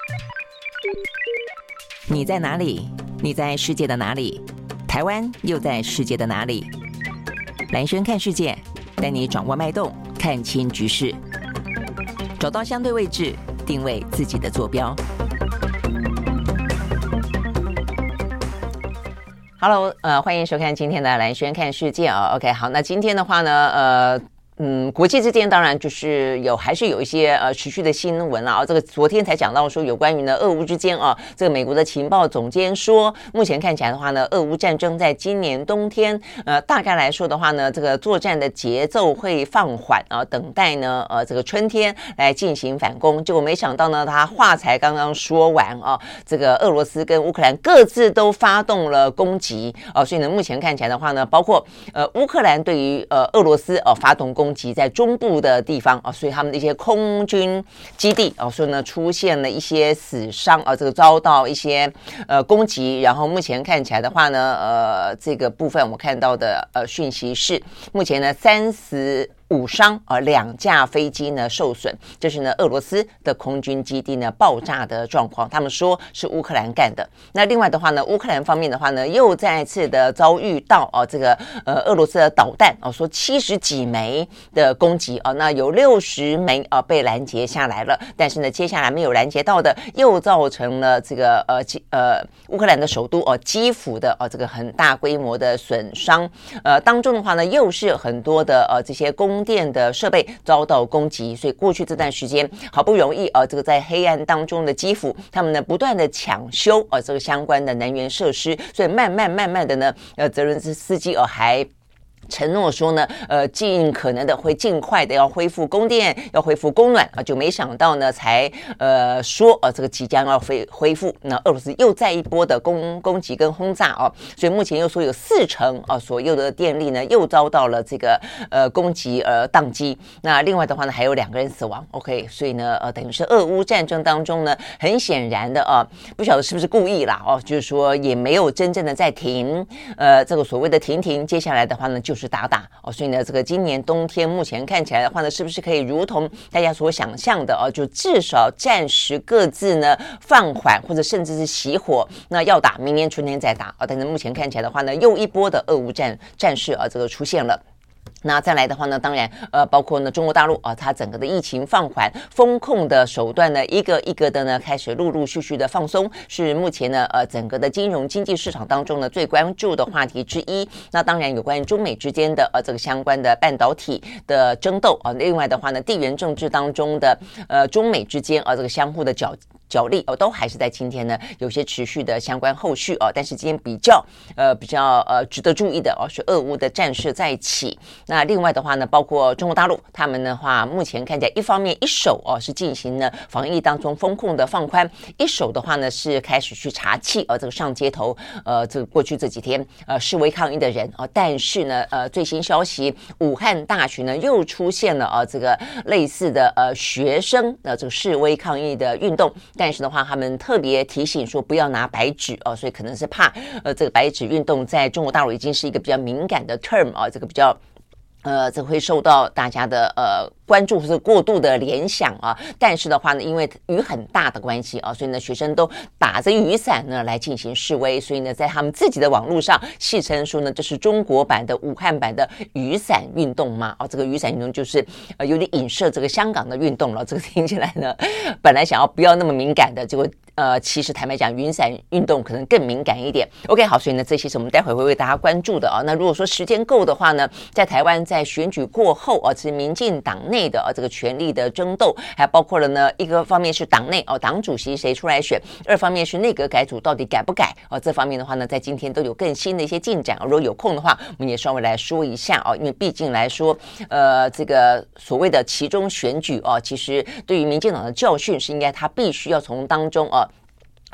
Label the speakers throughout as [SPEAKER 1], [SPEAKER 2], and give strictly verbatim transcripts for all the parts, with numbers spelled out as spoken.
[SPEAKER 1] 你在哪里？你在世界的哪里？台湾又在世界的哪里？蓝轩看世界，带你掌握脉动，看清局势，找到相对位置，定位自己的坐标。Hello， 呃，欢迎收看今天的蓝轩看世界啊。OK， 好，那今天的话呢，呃。嗯，国际之间当然就是有还是有一些呃持续的新闻啊。这个昨天才讲到说有关于呢俄乌之间啊，这个美国的情报总监说，目前看起来的话呢，俄乌战争在今年冬天呃大概来说的话呢，这个作战的节奏会放缓啊，等待呢呃这个春天来进行反攻。结果没想到呢，他话才刚刚说完啊，这个俄罗斯跟乌克兰各自都发动了攻击啊，所以呢目前看起来的话呢，包括呃乌克兰对于呃俄罗斯呃发动攻击。攻击在中部的地方啊，所以他们的一些空军基地啊，所以呢出现了一些死伤啊，这个遭到一些呃攻击，然后目前看起来的话呢，呃，这个部分我看到的呃讯息是，目前呢三十五伤啊，两架飞机呢受损，这是呢俄罗斯的空军基地呢爆炸的状况，他们说是乌克兰干的。那另外的话呢，乌克兰方面的话呢，又再次的遭遇到啊这个呃俄罗斯的导弹啊，说七十几枚的攻击啊，那有六十枚啊被拦截下来了，但是呢接下来没有拦截到的，又造成了这个呃呃乌克兰的首都哦、啊、基辅的啊这个很大规模的损伤，呃当中的话呢，又是很多的呃这些供电的设备遭到攻击，所以过去这段时间好不容易呃这个在黑暗当中的基辅，他们呢不断的抢修呃这个相关的能源设施，所以慢慢慢慢的呢，呃泽伦斯基呃还承诺说呢，呃，尽可能的会尽快的要恢复供电，要恢复供暖啊，就没想到呢，才呃说呃这个即将要恢恢复，那俄罗斯又再一波的攻攻击跟轰炸啊，所以目前又说有四成啊左右的电力呢又遭到了这个呃攻击而宕机。那另外的话呢，还有两个人死亡 ，OK， 所以呢呃等于是俄乌战争当中呢，很显然的啊，不晓得是不是故意啦哦，就是说也没有真正的在停，呃这个所谓的停停，接下来的话呢就。就是打打哦，所以呢，这个今年冬天目前看起来的话呢，是不是可以如同大家所想象的哦，就至少暂时各自呢放缓，或者甚至是熄火，那要打明年春天再打啊、哦。但是目前看起来的话呢，又一波的俄乌战战事啊，这个出现了。那再来的话呢，当然呃，包括呢中国大陆啊，它整个的疫情放缓、风控的手段呢，一个一个的呢开始陆陆续续的放松，是目前呢呃整个的金融经济市场当中呢最关注的话题之一。那当然有关于中美之间的呃这个相关的半导体的争斗啊，另外的话呢，地缘政治当中的呃中美之间啊这个相互的角。角力哦，都还是在今天呢有些持续的相关后续哦，但是今天比较呃比较呃值得注意的哦是俄乌的战事再起。那另外的话呢，包括中国大陆，他们的话目前看起来一方面一手哦是进行了防疫当中风控的放宽，一手的话呢是开始去查缉呃这个上街头呃这个过去这几天呃示威抗议的人哦，但是呢呃最新消息，武汉大学呢又出现了呃这个类似的呃学生呃这个示威抗议的运动。但是的话，他们特别提醒说不要拿白纸哦，所以可能是怕呃这个白纸运动在中国大陆已经是一个比较敏感的 term 啊，这个比较呃这会受到大家的呃关注或者过度的联想啊。但是的话呢，因为雨很大的关系啊，所以呢学生都打着雨伞呢来进行示威，所以呢在他们自己的网络上戏称说呢，这是中国版的武汉版的雨伞运动嘛。哦，这个雨伞运动就是呃有点影射这个香港的运动了。这个听起来呢，本来想要不要那么敏感的，结果呃其实坦白讲，雨伞运动可能更敏感一点。OK， 好，所以呢这些是我们待会会为大家关注的啊。那如果说时间够的话呢，在台湾在选举过后啊，其实民进党内内的、啊、这个权力的争斗，还包括了呢一个方面是党内哦，党主席谁出来选，二方面是内阁改组到底改不改哦，这方面的话呢，在今天都有更新的一些进展、哦、如果有空的话，我们也稍微来说一下哦，因为毕竟来说，呃，这个所谓的期中选举哦，其实对于民进党的教训是应该他必须要从当中哦。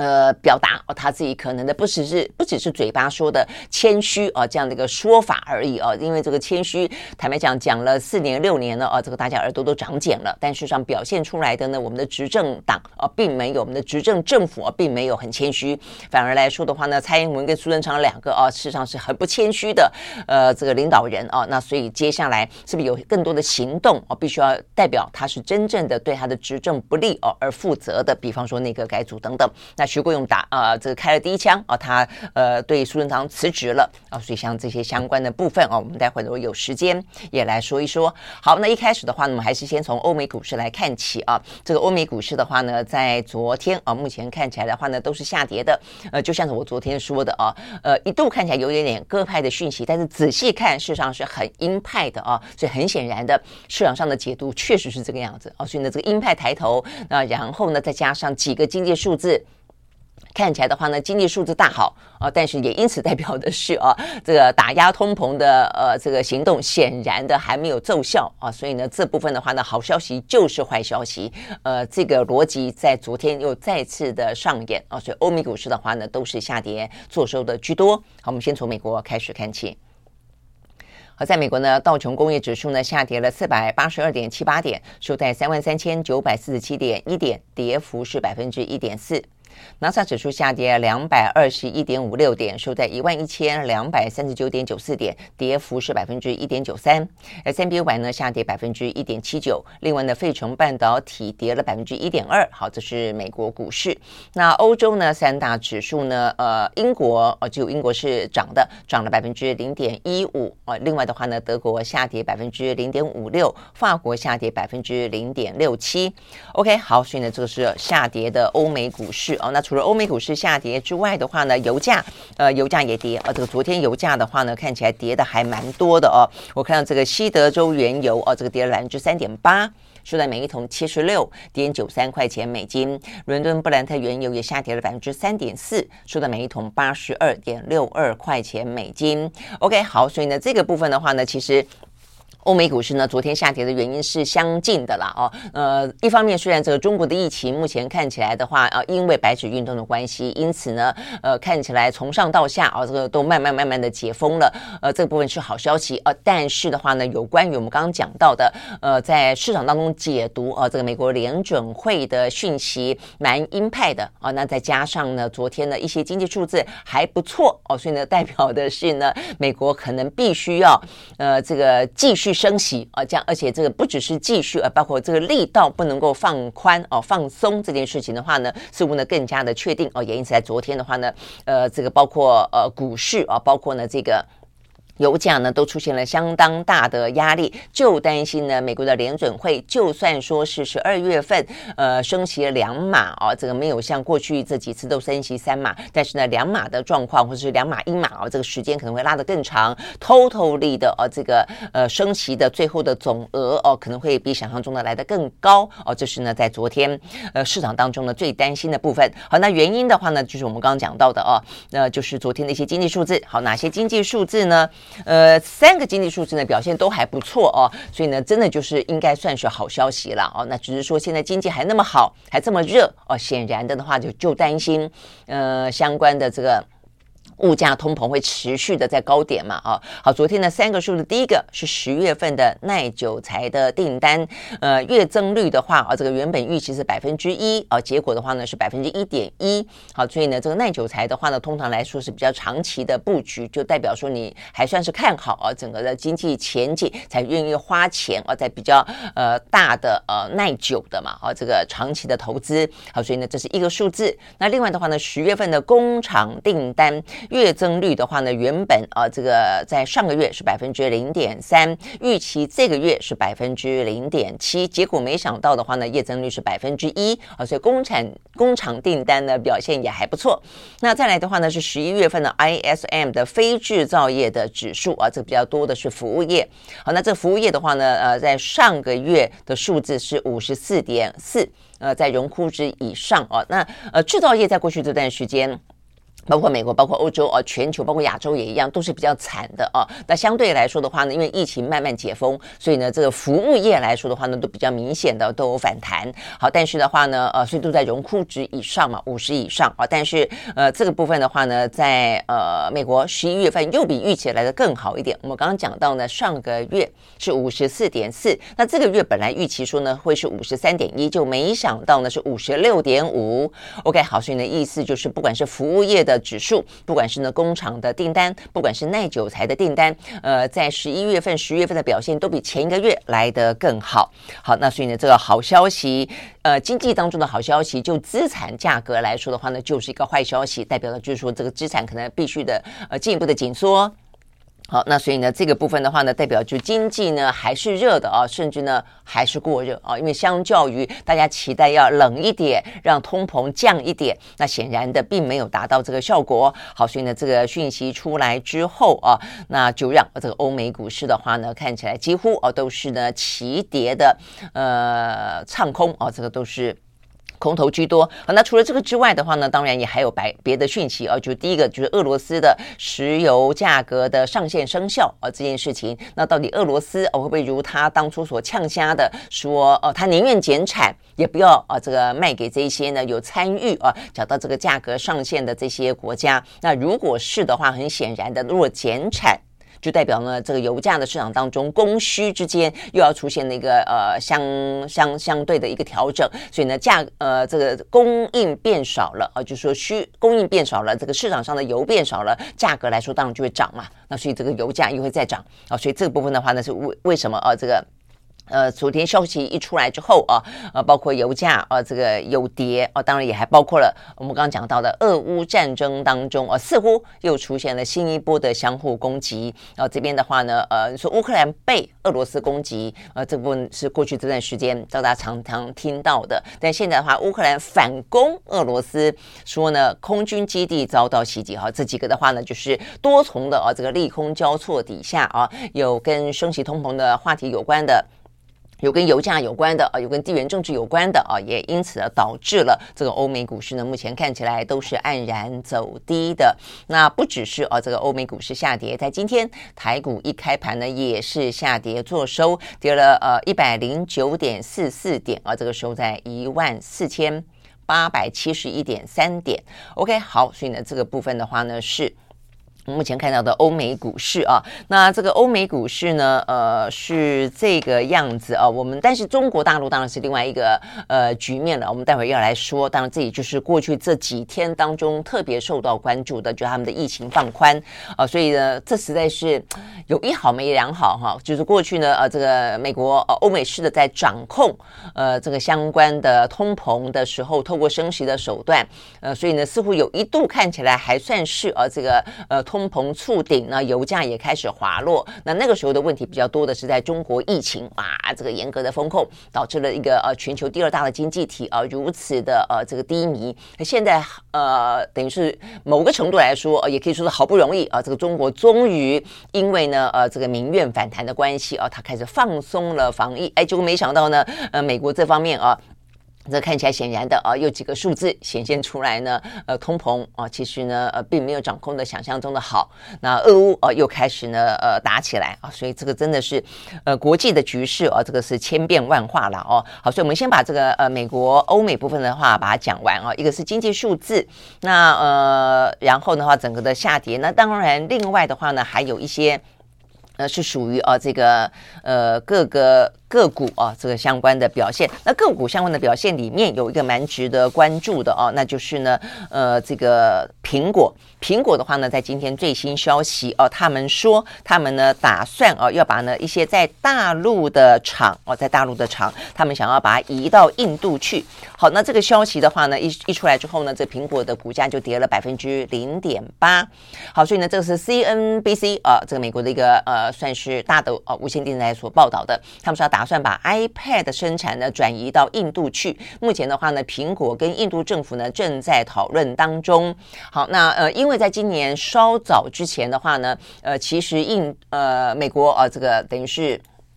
[SPEAKER 1] 呃，表达哦，他自己可能的不只是不只是嘴巴说的谦虚啊、哦，这样的一个说法而已哦。因为这个谦虚，坦白讲，讲了四年六年了啊、哦，这个大家耳朵都长茧了。但事实上表现出来的呢，我们的执政党啊、哦，并没有，我们的执政政府啊、哦，并没有很谦虚。反而来说的话呢，蔡英文跟苏贞昌两个啊、哦，事实上是很不谦虚的呃这个领导人啊、哦。那所以接下来是不是有更多的行动啊、哦，必须要代表他是真正的对他的执政不利哦而负责的，比方说内阁改组等等。那徐国勇打呃这个开了第一枪啊，他呃对苏贞昌辞职了啊，所以像这些相关的部分啊，我们待会儿如果有时间也来说一说。好，那一开始的话呢，我们还是先从欧美股市来看起啊。这个欧美股市的话呢，在昨天啊，目前看起来的话呢，都是下跌的。呃，就像是我昨天说的啊，呃，一度看起来有一点鸽派的讯息，但是仔细看，事实上是很鹰派的啊。所以很显然的，市场上的解读确实是这个样子啊。所以呢，这个鹰派抬头，那然后呢，再加上几个经济数字。看起来的话呢，经济数字大好啊，但是也因此代表的是啊，这个打压通膨的呃这个行动显然的还没有奏效啊，所以呢这部分的话呢，好消息就是坏消息，呃，这个逻辑在昨天又再次的上演啊，所以欧美股市的话呢都是下跌做收的居多。好，我们先从美国开始看起。而在美国呢，道琼工业指数呢下跌了四百八十二点七八点，收在三万三千九百四十七点一点，跌幅是百分之一点四。纳斯达克指数下跌两百二十一点五六点，收在一万一千两百三十九点九四点，跌幅是百分之一点九三。S and P 五百呢下跌百分之一点七九。另外呢，费城半导体跌了百分之一点二。好，这是美国股市。那欧洲呢，三大指数呢，呃，英国呃，只有英国是涨的，涨了百分之零点一五。呃，另外的话呢，德国下跌百分之零点五六，法国下跌百分之零点六七。OK， 好，所以呢，这个是下跌的欧美股市。哦，那除了欧美股市下跌之外的话呢，油价呃油价也跌啊、哦。这个昨天油价的话呢，看起来跌的还蛮多的哦。我看到这个西德州原油哦，这个跌了百分之三点八，收在每一桶七十六点九三块钱美金。伦敦布兰特原油也下跌了百分之三点四，收在每一桶八十二点六二块钱美金。OK， 好，所以呢这个部分的话呢，其实。欧美股市呢，昨天下跌的原因是相近的啦，哦，呃，一方面虽然这个中国的疫情目前看起来的话，呃，因为白纸运动的关系，因此呢，呃，看起来从上到下啊、哦，这个都慢慢慢慢的解封了，呃，这个部分是好消息，呃，但是的话呢，有关于我们刚刚讲到的，呃，在市场当中解读啊、呃，这个美国联准会的讯息蛮鹰派的啊、呃，那再加上呢，昨天的一些经济数字还不错哦，所以呢，代表的是呢，美国可能必须要呃，这个继续。升息啊，这样，而且这个不只是继续，呃，包括这个力道不能够放宽哦，放松这件事情的话呢，似乎呢更加的确定哦，也因此在昨天的话呢，呃，这个包括呃股市啊，包括呢这个。油价呢都出现了相当大的压力，就担心呢美国的联准会就算说是十二月份呃升息了两码哦，这个没有像过去这几次都升息三码，但是呢两码的状况或者是两码一码哦，这个时间可能会拉得更长 ，totally 的哦这个呃升息的最后的总额哦可能会比想象中的来得更高哦，这是呢在昨天呃市场当中呢最担心的部分。好，那原因的话呢，就是我们刚刚讲到的哦，那就是昨天的一些经济数字。好，哪些经济数字呢？呃，三个经济数字呢表现都还不错哦，所以呢，真的就是应该算是好消息了哦。那只是说现在经济还那么好，还这么热哦，显然的的话就就担心呃相关的这个。物价通膨会持续的在高点嘛？啊，好，昨天的三个数字，第一个是十月份的耐久材的订单，呃，月增率的话啊，这个原本预期是百分之一啊，结果的话呢是百分之一点一。好，所以呢，这个耐久材的话呢，通常来说是比较长期的布局，就代表说你还算是看好啊整个的经济前景，才愿意花钱啊，在比较呃大的呃耐久的嘛啊，这个长期的投资。好，所以呢，这是一个数字。那另外的话呢，十月份的工厂订单。月增率的话呢，原本啊、呃、这个在上个月是百分之零点三，预期这个月是百分之零点七，结果没想到的话呢，月增率是百分之一啊，所以工厂工厂订单呢表现也还不错。那再来的话呢，是十一月份的 I S M 的非制造业的指数啊，这比较多的是服务业。好，那这服务业的话呢，呃，在上个月的数字是五十四点四，呃，在荣枯值以上啊。那呃，制造业在过去这段时间。 包括美国，包括欧洲啊，全球包括亚洲也一样，都是比较惨的啊。那相对来说的话呢，因为疫情慢慢解封，所以呢，这个服务业来说的话呢，都比较明显的都有反弹。好，但是的话呢，呃，所以都在荣枯值以上嘛，五十以上啊。但是呃，这个部分的话呢，在呃美国十一月份又比预期来的更好一点。我们刚刚讲到呢，上个月是五十四点四，那这个月本来预期说呢会是五十三点一，就没想到呢是五十六点五。OK， 好，所以呢意思就是，不管是服务业的指数，不管是呢工厂的订单，不管是耐久材的订单，呃，在十一月份、十月份的表现都比前一个月来得更好。好，那所以呢，这个好消息，呃，经济当中的好消息，就资产价格来说的话呢，就是一个坏消息，代表的就是说这个资产可能必须的呃进一步的紧缩。好，那所以呢，这个部分的话呢，代表就经济呢还是热的啊，甚至呢还是过热啊，因为相较于大家期待要冷一点，让通膨降一点，那显然的并没有达到这个效果。好，所以呢，这个讯息出来之后啊，那就让这个欧美股市的话呢，看起来几乎啊都是呢齐跌的，呃，唱空啊，这个都是空头居多。好，那除了这个之外的话呢，当然也还有白别的讯息啊，就第一个就是俄罗斯的石油价格的上限生效啊这件事情。那到底俄罗斯哦会不会如他当初所呛瞎的说，哦他宁愿减产也不要啊这个卖给这些呢有参与啊找到这个价格上限的这些国家？那如果是的话，很显然的，如果减产，就代表呢，这个油价的市场当中，供需之间又要出现了一个呃相相相对的一个调整，所以呢，价呃这个供应变少了啊，就是说需供应变少了，这个市场上的油变少了，价格来说当然就会涨嘛，那所以这个油价又会再涨啊，所以这个部分的话呢，是为为什么啊这个？呃，昨天消息一出来之后啊，呃，包括油价啊，这个有跌啊，当然也还包括了我们刚刚讲到的俄乌战争当中啊，似乎又出现了新一波的相互攻击。然后这边的话呢，呃，说乌克兰被俄罗斯攻击，呃，这部分是过去这段时间大家常常听到的，但现在的话，乌克兰反攻俄罗斯，说呢空军基地遭到袭击，哈，这几个的话呢，就是多重的啊，这个利空交错底下啊，有跟升息通膨的话题有关的。有跟油价有关的啊，有跟地缘政治有关的啊，也因此导致了这个欧美股市呢，目前看起来都是黯然走低的。那不只是啊，这个欧美股市下跌，在今天台股一开盘呢，也是下跌做收，跌了呃一百零九点四四点啊，这个收在一万四千八百七十一点三点。OK， 好，所以呢，这个部分的话呢是。目前看到的欧美股市啊，那这个欧美股市呢，呃，是这个样子啊。我们但是中国大陆当然是另外一个呃局面了。我们待会儿要来说，当然这也就是过去这几天当中特别受到关注的，就是他们的疫情放宽啊。所以呢，这实在是有一好没两好哈。就是过去呢，呃，这个美国呃欧美式的在掌控呃这个相关的通膨的时候，透过升息的手段，呃，所以呢，似乎有一度看起来还算是呃这个呃。通膨触顶呢，油价也开始滑落。那那个时候的问题比较多的是在中国疫情，哇，这个严格的风控导致了一个呃全球第二大的经济体啊、呃、如此的呃这个低迷。现在呃等于是某个程度来说，呃、也可以说是好不容易啊、呃，这个中国终于因为呢呃这个民怨反弹的关系啊，它开始放松了防疫。哎，结果没想到呢，呃美国这方面啊。这看起来显然的啊，有几个数字显现出来呢。呃，通膨啊，其实呢，呃，并没有掌控的想象中的好。那俄乌啊，又开始呢，呃，打起来啊，所以这个真的是，呃，国际的局势啊，这个是千变万化了哦。好，所以我们先把这个呃美国、欧美部分的话把它讲完啊。一个是经济数字，那呃，然后的话，整个的下跌。那当然，另外的话呢，还有一些。呃，是属于啊这个呃各个个股啊这个相关的表现。那个股相关的表现里面有一个蛮值得关注的哦，那就是呢呃这个苹果。苹果的话呢，在今天最新消息哦，他们说他们呢打算哦要把呢一些在大陆的厂哦，在大陆的厂，他们想要把它移到印度去。好，那这个消息的话呢，一一出来之后呢，这苹果的股价就跌了百分之零点八。好，所以呢，这个是 C N B C 啊、呃，这个美国的一个呃算是大的呃无线电视台所报道的，他们说打算把 iPad 生产呢转移到印度去。目前的话呢，苹果跟印度政府呢正在讨论当中。好，那呃因为因为在今年稍早之前的话呢，呃，其实印呃美国啊、呃，这个等于是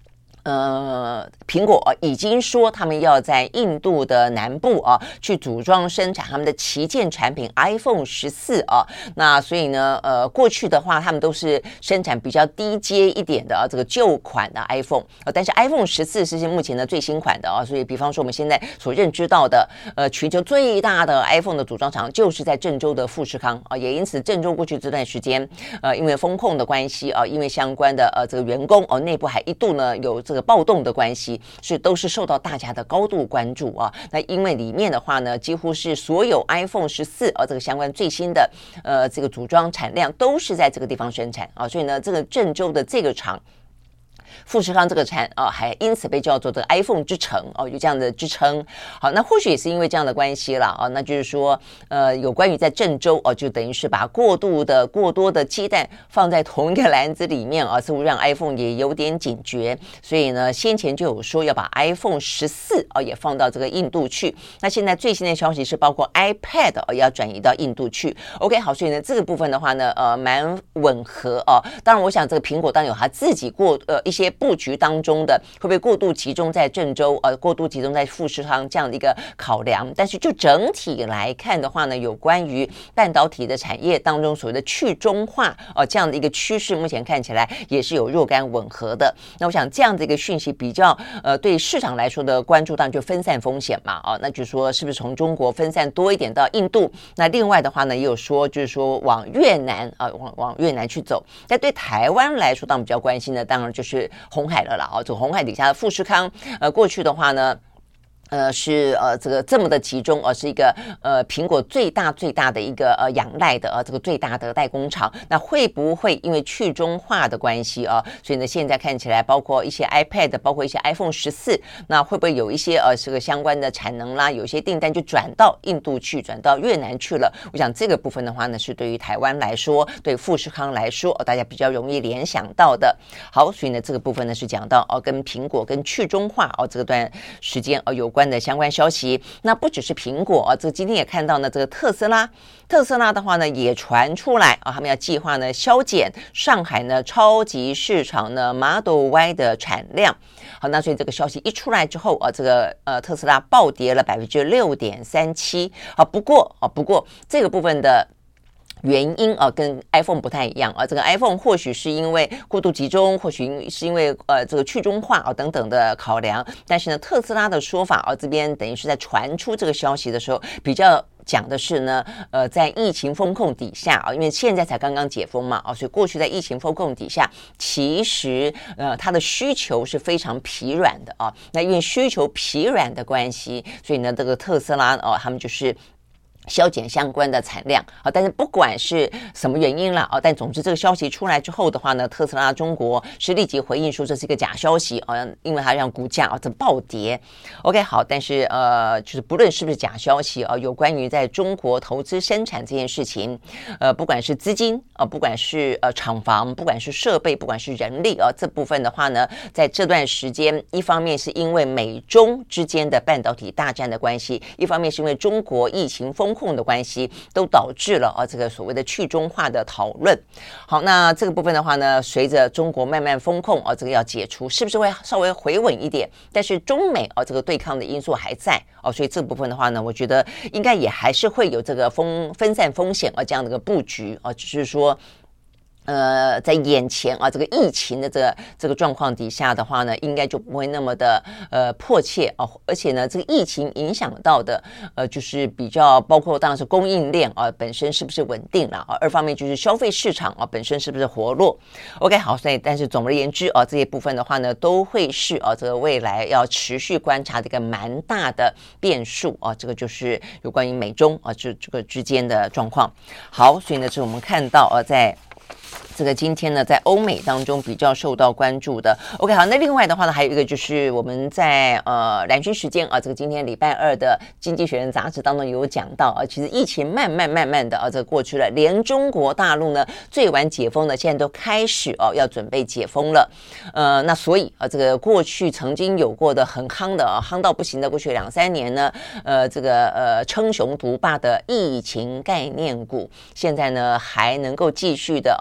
[SPEAKER 1] 呃，苹果、啊、已经说他们要在印度的南部啊去组装生产他们的旗舰产品 iPhone 十四啊。那所以呢，呃，过去的话他们都是生产比较低阶一点的啊这个旧款的 iPhone，呃、但是 iPhone 十四是目前的最新款的啊。所以，比方说我们现在所认知到的，呃，全球最大的 iPhone 的组装厂就是在郑州的富士康啊。也因此，郑州过去这段时间，呃，因为风控的关系啊，因为相关的呃这个员工哦、啊、内部还一度呢有这个暴动的关系，所以都是受到大家的高度关注啊。那因为里面的话呢，几乎是所有 iPhone 十四啊这个相关最新的呃这个组装产量都是在这个地方生产啊，所以呢，这个郑州的这个厂。富士康这个产啊，还因此被叫做这个 iPhone 之城哦，有这样的支撑。好，那或许也是因为这样的关系啦啊，那就是说，呃，有关于在郑州哦，就等于是把过度的、过多的鸡蛋放在同一个篮子里面啊，似乎让 iPhone 也有点警觉。所以呢，先前就有说要把 iPhone 十四啊也放到这个印度去。那现在最新的消息是，包括 iPad 啊也要转移到印度去。OK， 好，所以呢，这个部分的话呢，呃，蛮吻合啊。当然，我想这个苹果当然有它自己过呃一些布局当中的会不会过度集中在郑州呃过度集中在富士康这样的一个考量，但是就整体来看的话呢，有关于半导体的产业当中所谓的去中化呃这样的一个趋势，目前看起来也是有若干吻合的。那我想这样的一个讯息比较呃对市场来说的关注，当然就分散风险嘛哦，那就是说是不是从中国分散多一点到印度？那另外的话呢，也有说就是说往越南啊、呃、往往越南去走。但对台湾来说，当然比较关心的，当然就是鸿海了啦，哦，这鸿海底下的富士康，呃，过去的话呢。呃，是呃，这个这么的集中，而、呃、是一个呃，苹果最大最大的一个呃仰赖的呃这个最大的代工厂，那会不会因为去中化的关系啊、呃，所以呢，现在看起来包括一些 iPad， 包括一些 iPhone 十四，那会不会有一些呃这个相关的产能啦，有一些订单就转到印度去，转到越南去了？我想这个部分的话呢，是对于台湾来说，对富士康来说，呃、大家比较容易联想到的。好，所以呢，这个部分呢是讲到哦、呃，跟苹果跟去中化哦、呃、这个段时间哦、呃、有关的相关消息。那不只是苹果啊，这个今天也看到呢，这个特斯拉，特斯拉的话呢也传出来啊，他们要计划呢削减上海呢超级市场呢 Model Y 的产量。好，那所以这个消息一出来之后啊，这个呃特斯拉暴跌了百分之六点三七。好，不过啊，不过这个部分的。原因啊，跟 iPhone 不太一样啊。这个 iPhone 或许是因为过度集中，或许是因为呃这个去中化啊等等的考量。但是呢，特斯拉的说法啊，这边等于是在传出这个消息的时候，比较讲的是呢，呃，在疫情风控底下啊，因为现在才刚刚解封嘛啊，所以过去在疫情风控底下，其实呃它的需求是非常疲软的啊。那因为需求疲软的关系，所以呢，这个特斯拉哦，他们就是削减相关的产量啊，但是不管是什么原因啦啊，但总之这个消息出来之后的话呢，特斯拉中国是立即回应说这是一个假消息啊，因为它让股价啊这暴跌。OK， 好，但是呃，就是不论是不是假消息啊，有关于在中国投资生产这件事情，呃，不管是资金啊，不管是呃厂房，不管是设备，不管是人力啊，这部分的话呢，在这段时间，一方面是因为美中之间的半导体大战的关系，一方面是因为中国疫情风控的关系，都导致了啊这个所谓的去中化的讨论。好，那这个部分的话呢，随着中国慢慢风控啊，这个要解除，是不是会稍微回稳一点？但是中美啊这个对抗的因素还在哦、啊，所以这部分的话呢，我觉得应该也还是会有这个风分散风险啊这样的一个布局啊，只是说。呃，在眼前啊，这个疫情的这个这个状况底下的话呢，应该就不会那么的呃迫切啊，而且呢，这个疫情影响到的呃，就是比较包括当然是供应链啊本身是不是稳定了啊，二方面就是消费市场啊本身是不是活络。OK， 好，所以但是总而言之啊，这些部分的话呢，都会是啊这个未来要持续观察的一个蛮大的变数啊，这个就是有关于美中啊这这个之间的状况。好，所以呢，是我们看到啊在。这个今天呢，在欧美当中比较受到关注的。OK， 好，那另外的话呢，还有一个就是我们在呃蓝军时间啊，这个今天礼拜二的《经济学人》杂志当中有讲到啊，其实疫情慢慢慢慢的啊，这个过去了，连中国大陆呢最晚解封呢，现在都开始哦、啊、要准备解封了。呃，那所以啊，这个过去曾经有过的很夯的啊，夯到不行的过去两三年呢，呃，这个呃称雄独霸的疫情概念股，现在呢还能够继续的啊当。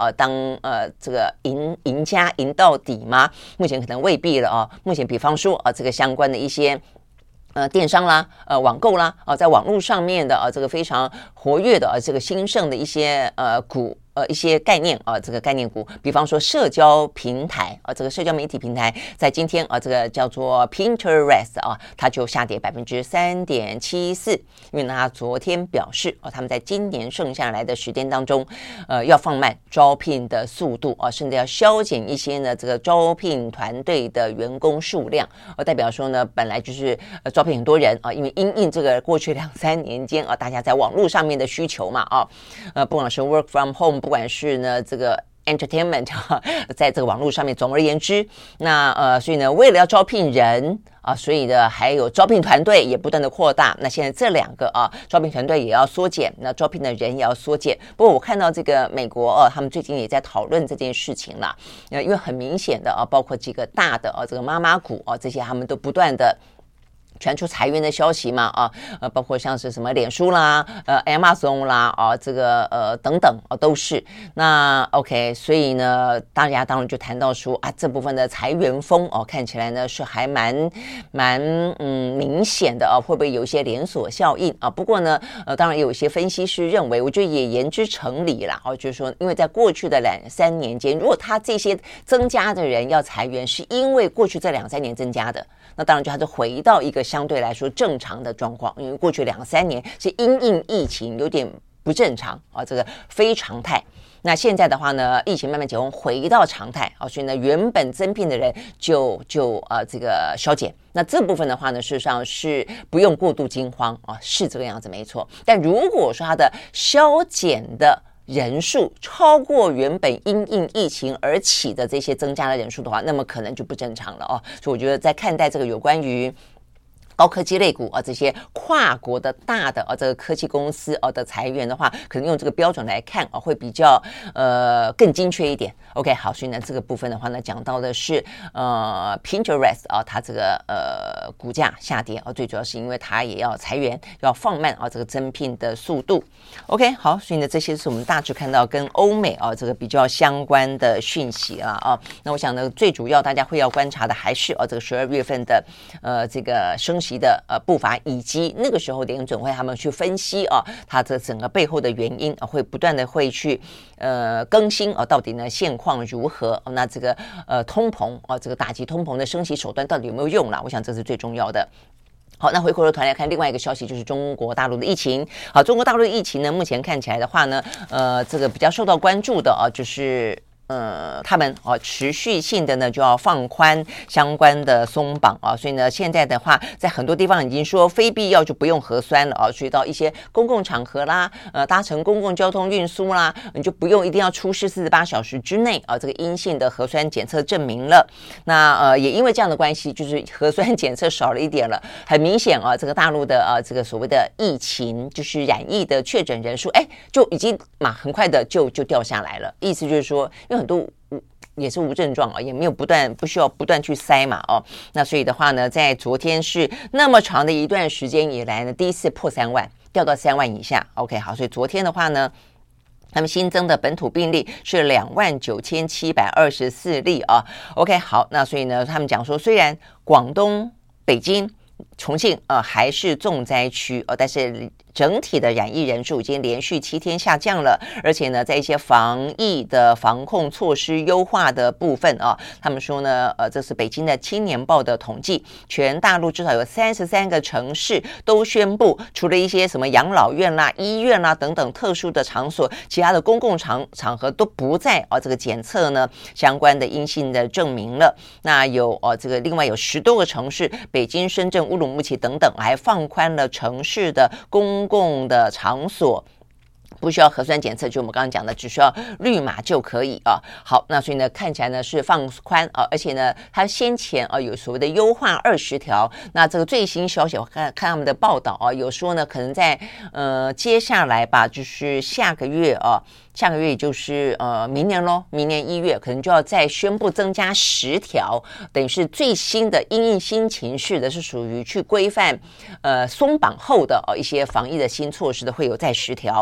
[SPEAKER 1] 呃这个赢赢家赢到底吗？目前可能未必了啊。目前比方说啊，这个相关的一些。呃，电商啦，呃，网购啦，啊、呃，在网络上面的啊、呃，这个非常活跃的啊、呃，这个兴盛的一些呃股。呃，一些概念啊、呃，这个概念股，比方说社交平台啊、呃，这个社交媒体平台，在今天啊、呃，这个叫做 Pinterest 啊，它就下跌百分之三点七四，因为呢，它昨天表示啊、呃，他们在今年剩下来的时间当中，呃，要放慢招聘的速度啊、呃，甚至要削减一些呢这个招聘团队的员工数量，呃，代表说呢，本来就是呃招聘很多人啊、呃，因为因应这个过去两三年间啊、呃，大家在网络上面的需求嘛啊、呃，呃，不管是 work from home。不管是呢这个 entertainment 在这个网络上面，总而言之，那呃，所以呢，为了要招聘人啊，所以呢，还有招聘团队也不断的扩大。那现在这两个啊，招聘团队也要缩减，那招聘的人也要缩减。不过我看到这个美国啊，他们最近也在讨论这件事情啦，呃，因为很明显的啊，包括几个大的啊，这个妈妈股啊，这些他们都不断的。传出裁员的消息嘛啊，呃，包括像是什么脸书啦、呃，Amazon 啦啊，这个呃等等啊，都是。那 OK， 所以呢，大家当然就谈到说啊，这部分的裁员风哦，看起来呢是还蛮蛮嗯明显的啊，会不会有一些连锁效应啊？不过呢，呃，当然有一些分析师认为，我觉得也言之成理啦。哦，就是说，因为在过去的两三年间，如果他这些增加的人要裁员，是因为过去这两三年增加的。那当然就它是回到一个相对来说正常的状况，因为过去两三年是因应疫情有点不正常啊，这个非常态。那现在的话呢，疫情慢慢解封，回到常态啊，所以呢，原本增聘的人就就呃这个削减。那这部分的话呢，事实上是不用过度惊慌啊，是这个样子没错。但如果说它的削减的人数超过原本因应疫情而起的这些增加的人数的话，那么可能就不正常了哦。所以我觉得在看待这个有关于高科技类股啊，这些跨国的大的啊，这个科技公司啊的裁员的话，可能用这个标准来看啊，会比较呃更精确一点。OK， 好，所以呢这个部分的话呢，讲到的是呃 Pinterest 啊，它这个呃股价下跌啊，最主要是因为它也要裁员，要放慢啊这个增聘的速度。OK， 好，所以呢这些是我们大致看到跟欧美啊这个比较相关的讯息啦啊。那我想呢，最主要大家会要观察的还是啊这个十二月份的呃这个升息的呃步伐，以及那个时候联准会他们去分析啊，它这整个背后的原因啊，会不断的会去呃更新啊，到底呢现况如何？哦、那这个呃通膨啊，这个打击通膨的升息手段到底有没有用啦？我想这是最重要的。好，那回过头团来看另外一个消息，就是中国大陆的疫情。好，中国大陆的疫情呢，目前看起来的话呢，呃，这个比较受到关注的啊，就是呃，他们哦持续性的呢就要放宽相关的松绑啊，所以呢现在的话，在很多地方已经说非必要就不用核酸了啊，所以到一些公共场合啦，呃，搭乘公共交通运输啦，你就不用一定要出示四十八小时之内啊这个阴性的核酸检测证明了。那呃也因为这样的关系，就是核酸检测少了一点了，很明显啊，这个大陆的啊这个所谓的疫情就是染疫的确诊人数，哎，就已经嘛很快的就就掉下来了。意思就是说，因为很多也是无症状啊，也没有不断不需要不断去筛嘛哦，那所以的话呢，在昨天是那么长的一段时间以来呢，第一次破三万，掉到三万以下。OK， 好，所以昨天的话呢，他们新增的本土病例是两万九千七百二十四例啊。OK， 好，那所以呢，他们讲说，虽然广东、北京、重庆呃还是重灾区呃，但是整体的染疫人数已经连续七天下降了，而且呢，在一些防疫的防控措施优化的部分啊，他们说呢，呃，这是北京的青年报的统计，全大陆至少有三十三个城市都宣布，除了一些什么养老院啦、医院啦等等特殊的场所，其他的公共场场合都不再啊这个检测呢相关的阴性的证明了。那有呃、啊、这个另外有十多个城市，北京、深圳、乌鲁木齐等等，还放宽了城市的公公共的场所不需要核酸检测，就我们刚刚讲的，只需要绿码就可以啊。好，那所以呢，看起来呢是放宽啊，而且呢，它先前啊有所谓的优化二十条，那这个最新消息，我看看他们的报道啊，有说呢，可能在呃接下来吧，就是下个月啊。下个月也就是呃明年咯，明年一月可能就要再宣布增加十条，等于是最新的因应新情势的，是属于去规范呃松绑后的、哦、一些防疫的新措施的，会有再十条。OK。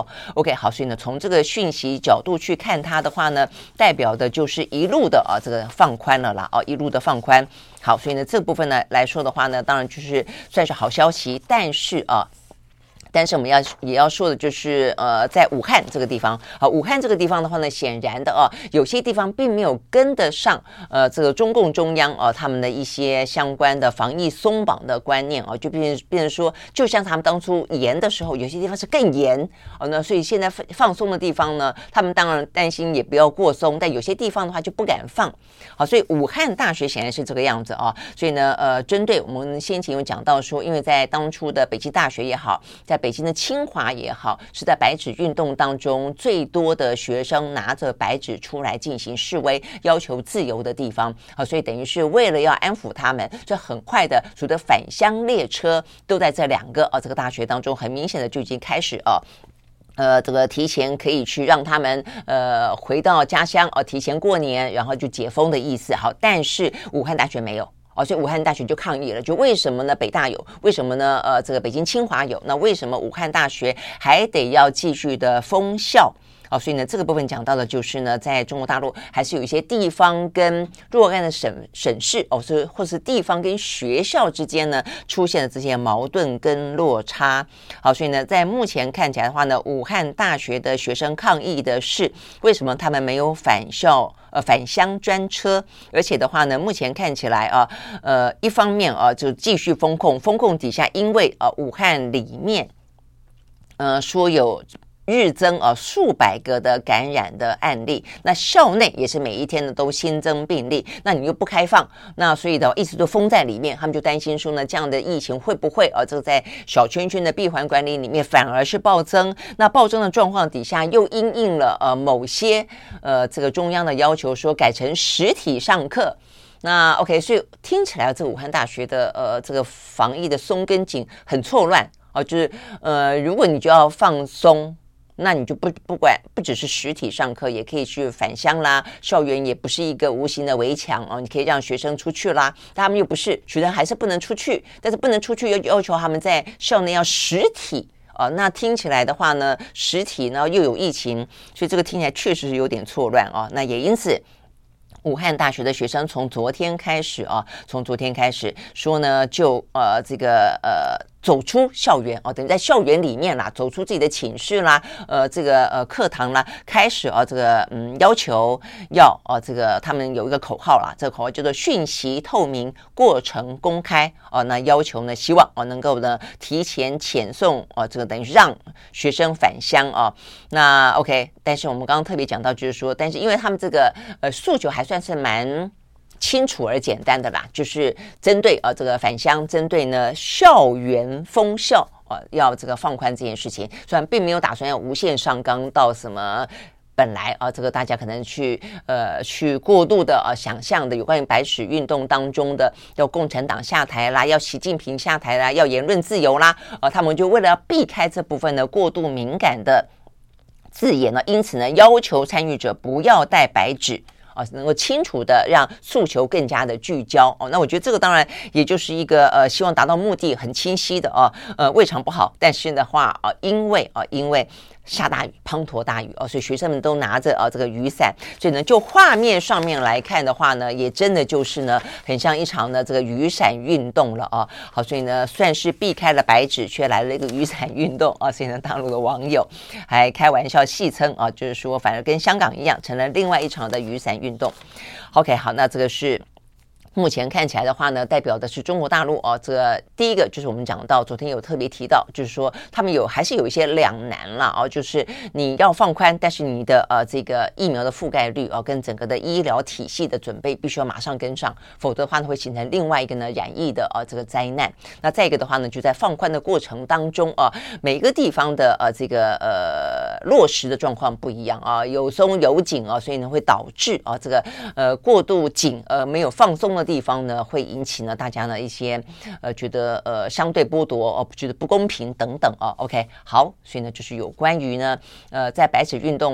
[SPEAKER 1] OK， 好，所以呢，从这个讯息角度去看它的话呢，代表的就是一路的啊，这个放宽了啦，哦、啊，一路的放宽。好，所以呢，这部分呢来说的话呢，当然就是算是好消息，但是啊。但是我们要也要说的就是，呃，在武汉这个地方啊，武汉这个地方的话呢，显然的啊，有些地方并没有跟得上，呃，这个中共中央啊他们的一些相关的防疫松绑的观念啊，就变变成说，就像他们当初严的时候，有些地方是更严啊，那所以现在放松的地方呢，他们当然担心也不要过松，但有些地方的话就不敢放，好，所以武汉大学显然是这个样子啊，所以呢，呃，针对我们先前有讲到说，因为在当初的北京大学也好，在北京的清华也好，是在白纸运动当中最多的学生拿着白纸出来进行示威，要求自由的地方啊，所以等于是为了要安抚他们，这很快的所谓的返乡列车都在这两个啊这个大学当中，很明显的就已经开始啊。呃，这个提前可以去让他们呃回到家乡哦、啊，提前过年，然后就解封的意思。好，但是武汉大学没有。哦，所以武汉大学就抗议了，就为什么呢？北大有，为什么呢？呃，这个北京清华有，那为什么武汉大学还得要继续的封校？哦，所以呢，这个部分讲到的就是呢，在中国大陆还是有一些地方跟若干的省省市哦，是或是地方跟学校之间呢出现了这些矛盾跟落差。好，所以呢，在目前看起来的话呢，武汉大学的学生抗议的是为什么他们没有返校？呃，返乡专车，而且的话呢，目前看起来啊，呃，一方面啊，就继续封控，封控底下，因为啊，武汉里面，呃，说有日增啊数百个的感染的案例，那校内也是每一天呢都新增病例，那你又不开放，那所以的一直都封在里面，他们就担心说呢，这样的疫情会不会啊，这个在小圈圈的闭环管理里面反而是暴增？那暴增的状况底下，又因应了呃某些呃这个中央的要求，说改成实体上课。那 OK， 所以听起来这个武汉大学的呃这个防疫的松跟紧很错乱啊，就是呃如果你就要放松。那你就不不管不只是实体上课，也可以去返乡啦。校园也不是一个无形的围墙哦，你可以让学生出去啦。但他们又不是，学生还是不能出去，但是不能出去又要求他们在校内要实体哦。那听起来的话呢，实体呢又有疫情，所以这个听起来确实是有点错乱哦。那也因此。武汉大学的学生从昨天开始啊，从昨天开始说呢，就呃这个呃走出校园哦，等于在校园里面啦，走出自己的寝室啦，呃这个呃课堂啦，开始啊这个嗯要求要啊这个他们有一个口号啦，这个口号叫做讯息透明，过程公开哦，那要求呢希望哦能够呢提前遣送哦，这个等于让学生返乡啊，那 OK， 但是我们刚刚特别讲到就是说，但是因为他们这个呃诉求还算是蛮清楚而简单的啦，就是针对呃这个返乡，针对呢校园封校呃要这个放宽这件事情，虽然并没有打算要无限上纲到什么。本来啊，这个大家可能去呃去过度的呃想象的有关于白纸运动当中的要共产党下台啦，要习近平下台啦，要言论自由啦，呃他们就为了要避开这部分的过度敏感的字眼呢，因此呢要求参与者不要带白纸。啊，能够清楚的让诉求更加的聚焦哦。那我觉得这个当然也就是一个呃，希望达到目的很清晰的哦。呃，未尝不好，但是的话啊，因为啊，因为下大雨，滂沱大雨哦，所以学生们都拿着啊这个雨伞，所以呢，就画面上面来看的话呢，也真的就是呢，很像一场呢这个雨伞运动了啊。好，所以呢，算是避开了白纸，却来了一个雨伞运动啊。所以呢，大陆的网友还开玩笑戏称啊，就是说，反而跟香港一样，成了另外一场的雨伞运动。OK， 好，那这个是。目前看起来的话呢，代表的是中国大陆哦。这个第一个就是我们讲到，昨天有特别提到，就是说他们有还是有一些两难了哦，就是你要放宽，但是你的呃这个疫苗的覆盖率哦，跟整个的医疗体系的准备必须要马上跟上，否则的话呢会形成另外一个呢染疫的呃这个灾难。那再一个的话呢，就在放宽的过程当中啊，每个地方的呃这个呃落实的状况不一样啊，有松有紧啊，所以呢会导致啊这个呃过度紧呃没有放松的地方呢，会引起呢大家呢一些呃觉得呃相对剥夺哦，觉得不公平等等哦。OK， 好，所以呢就是有关于呢呃在白纸运动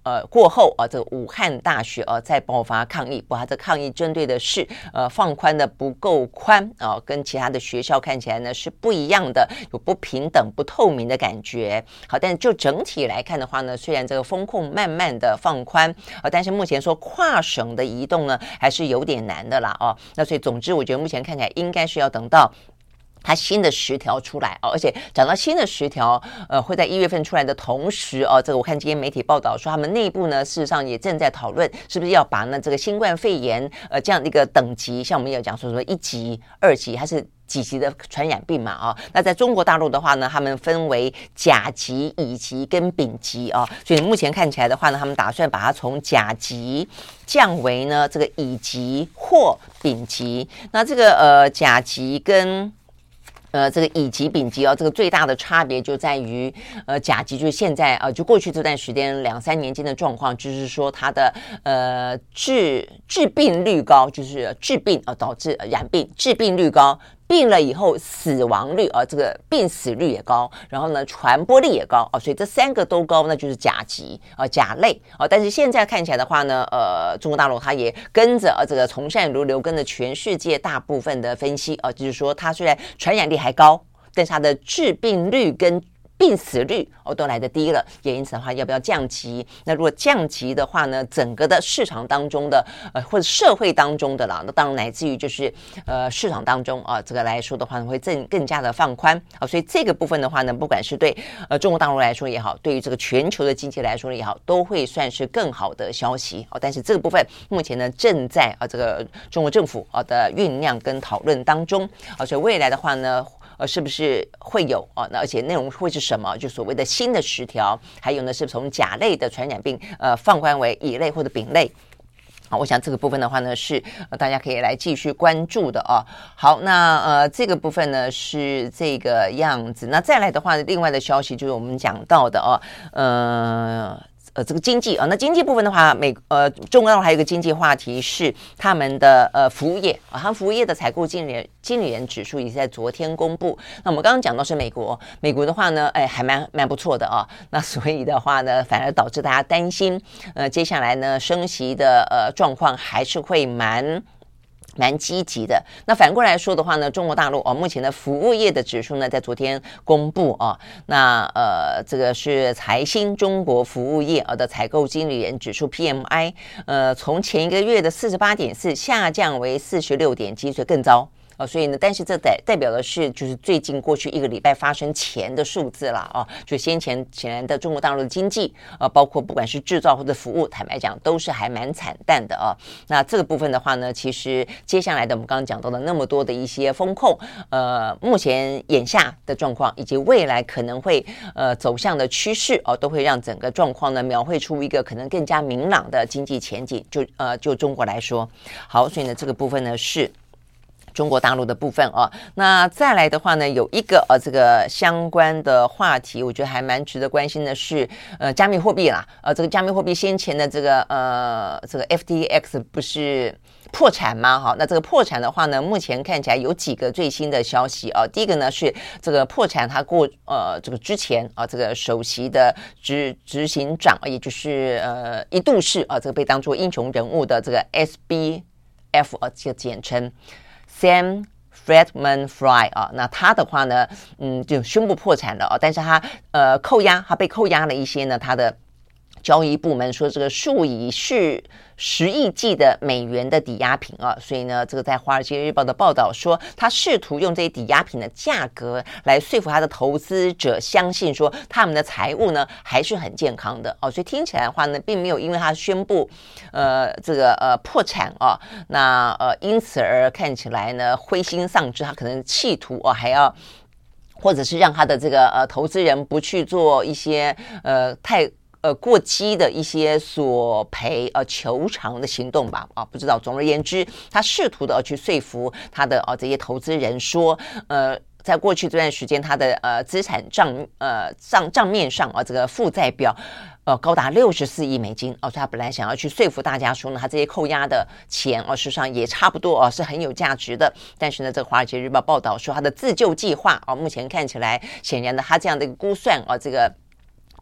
[SPEAKER 1] 呃，过后啊，这个武汉大学啊再爆发抗议，不过它这抗议针对的是呃放宽的不够宽啊，跟其他的学校看起来呢是不一样的，有不平等、不透明的感觉。好，但是就整体来看的话呢，虽然这个风控慢慢的放宽啊，但是目前说跨省的移动呢还是有点难的啦哦。那所以总之，我觉得目前看起来应该是要等到它新的十条出来哦，而且讲到新的十条，呃，会在一月份出来的同时哦，这个我看今天媒体报道说，他们内部呢，事实上也正在讨论，是不是要把呢这个新冠肺炎呃这样的一个等级，像我们有讲说说一级、二级，它是几级的传染病嘛啊、哦？那在中国大陆的话呢，他们分为甲级、乙级跟丙级啊、哦，所以目前看起来的话呢，他们打算把它从甲级降为呢这个乙级或丙级。那这个呃甲级跟呃，这个乙级、丙级哦，这个最大的差别就在于，呃，甲级就是现在呃，就过去这段时间两三年间的状况，就是说它的呃致致病率高，就是致病啊、呃、导致染病，致病率高。病了以后死亡率啊，这个病死率也高，然后呢传播力也高啊，所以这三个都高，那就是甲级啊甲类啊。但是现在看起来的话呢，呃，中国大陆它也跟着啊这个从善如流，跟着全世界大部分的分析啊，就是说它虽然传染力还高，但是它的致病率跟病死率哦都来得低了，也因此的话，要不要降级？那如果降级的话呢，整个的市场当中的呃或者社会当中的啦，那当然乃至于就是呃市场当中啊，这个来说的话呢，会更更加的放宽啊，所以这个部分的话呢，不管是对呃中国大陆来说也好，对于这个全球的经济来说也好，都会算是更好的消息哦。但是这个部分目前呢，正在啊这个中国政府啊的酝酿跟讨论当中啊，所以未来的话呢。呃，是不是会有啊？那而且内容会是什么？就所谓的新的十条，还有呢，是从甲类的传染病呃放宽为乙类或者丙类。好，我想这个部分的话呢，是、呃、大家可以来继续关注的啊。好，那呃这个部分呢是这个样子。那再来的话，另外的消息就是我们讲到的啊，呃。呃，这个经济啊，那经济部分的话，美呃，中国大陆还有一个经济话题是他们的呃服务业啊，他们服务业的采购经理经理人指数也是在昨天公布。那我们刚刚讲到是美国，美国的话呢，哎，还蛮蛮不错的啊。那所以的话呢，反而导致大家担心，呃，接下来呢升息的呃状况还是会蛮。蛮积极的。那反过来说的话呢，中国大陆哦，目前的服务业的指数呢，在昨天公布哦。那呃，这个是财新中国服务业啊的采购经理人指数 P M I， 呃，从前一个月的 四十八点四 下降为 四十六点七， 所以更糟。哦，所以呢，但是这代代表的是，就是最近过去一个礼拜发生前的数字啦，哦，就先前前的中国大陆的经济，呃，包括不管是制造或者服务，坦白讲都是还蛮惨淡的啊。那这个部分的话呢，其实接下来的我们刚刚讲到的那么多的一些风控，呃，目前眼下的状况以及未来可能会呃走向的趋势哦，都会让整个状况呢描绘出一个可能更加明朗的经济前景。就呃就中国来说，好，所以呢这个部分呢是。中国大陆的部分哦，那再来的话呢，有一个呃这个相关的话题，我觉得还蛮值得关心的是，呃，加密货币啦，呃，这个加密货币先前的这个呃这个 F T X 不是破产吗？哈，那这个破产的话呢，目前看起来有几个最新的消息啊、哦。第一个呢是这个破产，它过呃这个之前啊、呃，这个首席的执执行长，也就是呃一度是啊、呃、这个被当作英雄人物的这个 S B F 啊，这个简称。Sam Fredman-Fry 啊，那他的话呢，嗯，就宣布破产了啊，但是他呃扣押，他被扣押了一些呢，他的交易部门说这个数以是十亿计的美元的抵押品啊，所以呢，这个在《华尔街日报》的报道说，他试图用这些抵押品的价格来说服他的投资者相信说他们的财务呢还是很健康的哦，所以听起来的话呢，并没有因为他宣布呃这个呃破产啊，那呃因此而看起来呢灰心丧志，他可能企图哦还要。或者是让他的这个呃投资人不去做一些呃太。呃，过激的一些索赔呃求偿的行动吧，啊，不知道。总而言之，他试图的去说服他的啊这些投资人说，呃，在过去这段时间，他的呃资产账呃账账面上啊这个负债表呃高达六十四亿美金哦，所以他本来想要去说服大家说呢，他这些扣押的钱哦，事实上也差不多哦，是很有价值的。但是呢，这个《华尔街日报》报道说，他的自救计划哦，目前看起来显然的，他这样的一个估算哦，这个。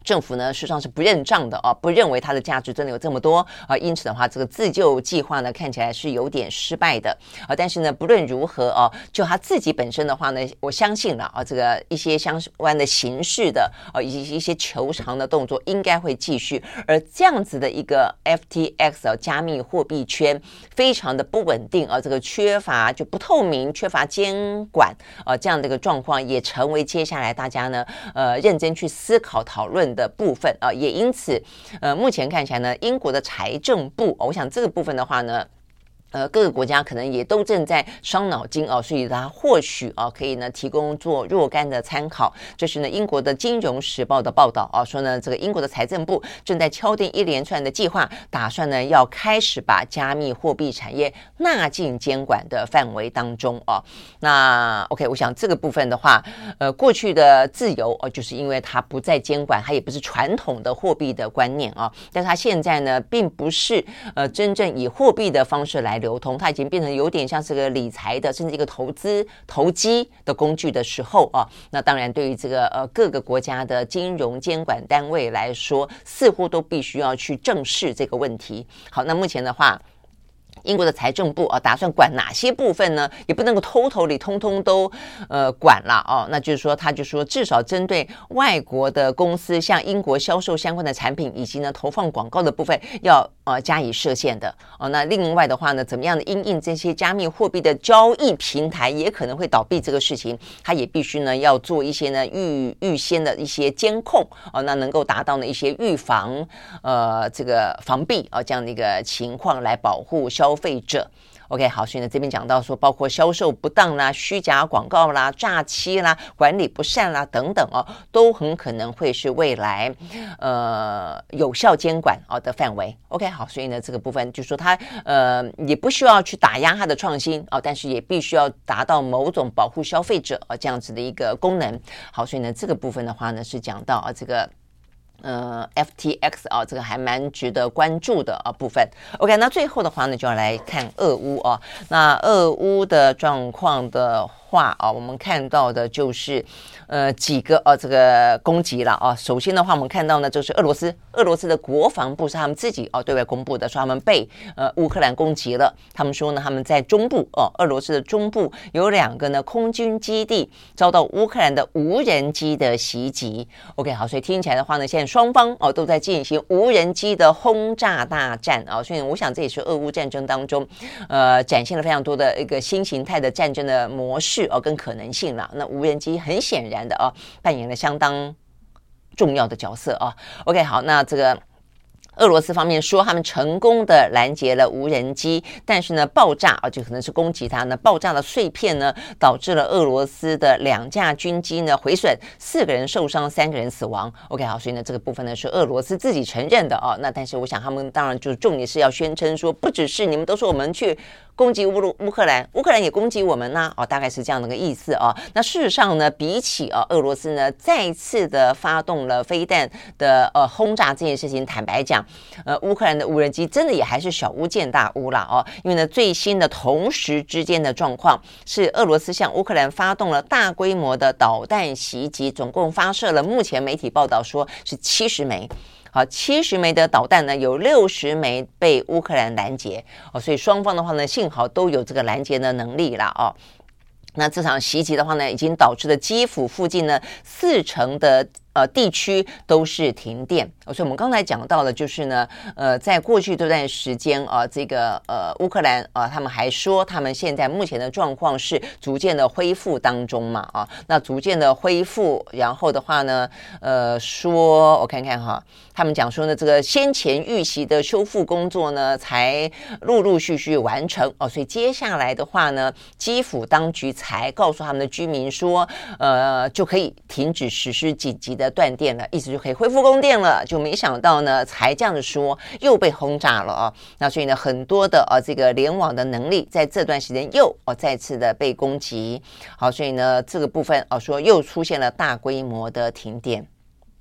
[SPEAKER 1] 政府呢，事实上是不认账的啊，不认为它的价值真的有这么多啊，因此的话，这个自救计划呢，看起来是有点失败的啊。但是呢，不论如何啊，就他自己本身的话呢，我相信了啊，这个一些相关的形式的啊，以及一些求偿的动作应该会继续。而这样子的一个 F T X 啊，加密货币圈非常的不稳定啊，这个缺乏就不透明、缺乏监管啊，这样的一个状况也成为接下来大家呢呃认真去思考讨论的部分啊，也因此，呃，目前看起来呢，英国的财政部，哦、我想这个部分的话呢。呃，各个国家可能也都正在伤脑筋哦，所以它或许啊可以呢提供做若干的参考。这是呢英国的金融时报的报道啊，说呢这个英国的财政部正在敲定一连串的计划，打算呢要开始把加密货币产业纳进监管的范围当中啊。那 OK， 我想这个部分的话，呃，过去的自由哦，就是因为它不在监管，它也不是传统的货币的观念啊，但是它现在呢并不是呃真正以货币的方式来流通，它已经变成有点像是个理财的，甚至一个投资投机的工具的时候啊，那当然对于这个呃各个国家的金融监管单位来说，似乎都必须要去正视这个问题。好，那目前的话，英国的财政部啊，打算管哪些部分呢？也不能够偷偷里通通都呃管了哦。那就是说，他就说，至少针对外国的公司向英国销售相关的产品以及呢投放广告的部分，要呃加以设限的哦。那另外的话呢，怎么样的因应这些加密货币的交易平台也可能会倒闭这个事情，他也必须呢要做一些呢预预先的一些监控哦，那能够达到呢一些预防呃这个防弊啊、哦、这样的一个情况来保护消费者。OK， 好，所以呢，这边讲到说，包括销售不当啦、虚假广告啦、诈欺啦、管理不善啦等等哦，都很可能会是未来呃有效监管哦的范围。OK， 好，所以呢，这个部分就说它呃也不需要去打压它的创新哦，但是也必须要达到某种保护消费者啊、哦、这样子的一个功能。好，所以呢，这个部分的话呢，是讲到啊这个。呃 ，F T X 啊，这个还蛮值得关注的啊部分。OK， 那最后的话呢，就要来看俄乌啊。那俄乌的状况的话啊，我们看到的就是呃几个啊这个攻击了啊。首先的话，我们看到呢，就是俄罗斯，俄罗斯的国防部是他们自己啊对外公布的，说他们被呃乌克兰攻击了。他们说呢，他们在中部哦、啊，俄罗斯的中部有两个呢空军基地遭到乌克兰的无人机的袭击。OK， 好，所以听起来的话呢，现在双方哦都在进行无人机的轰炸大战啊，所以我想这也是俄乌战争当中呃展现了非常多的一个新形态的战争的模式哦跟可能性了。那无人机很显然的啊扮演了相当重要的角色啊。OK， 好，那这个。俄罗斯方面说，他们成功的拦截了无人机，但是呢，爆炸啊，就可能是攻击它呢，爆炸的碎片呢，导致了俄罗斯的两架军机呢毁损，四个人受伤，三个人死亡。OK， 好，所以呢，这个部分呢是俄罗斯自己承认的啊。那但是我想他们当然就重点是要宣称说，不只是你们都说我们去攻击乌乌克兰，乌克兰也攻击我们呢、啊，哦，大概是这样的一个意思啊。那事实上呢，比起啊，俄罗斯呢再次的发动了飞弹的呃轰炸这件事情，坦白讲。呃，乌克兰的无人机真的也还是小巫见大巫啦哦，因为呢，最新的同时之间的状况是，俄罗斯向乌克兰发动了大规模的导弹袭击，总共发射了，目前媒体报道说是七十枚。好，七十枚的导弹呢，有六十枚被乌克兰拦截哦，所以双方的话呢，幸好都有这个拦截的能力啦哦。那这场袭击的话呢，已经导致了基辅附近呢四成的呃地区都是停电。所以我们刚才讲到的就是呢，呃，在过去这段时间啊、呃，这个呃乌克兰啊、呃，他们还说他们现在目前的状况是逐渐的恢复当中嘛啊，那逐渐的恢复，然后的话呢，呃，说我看看哈，他们讲说呢，这个先前预习的修复工作呢，才陆陆续续完成哦，所以接下来的话呢，基辅当局才告诉他们的居民说，呃，就可以停止实施紧急的断电了，意思就可以恢复供电了。就没想到呢，才这样子说，又被轰炸了啊！那所以呢，很多的呃、啊、这个联网的能力在这段时间又哦、啊、再次的被攻击。好，所以呢，这个部分哦、啊、说又出现了大规模的停电。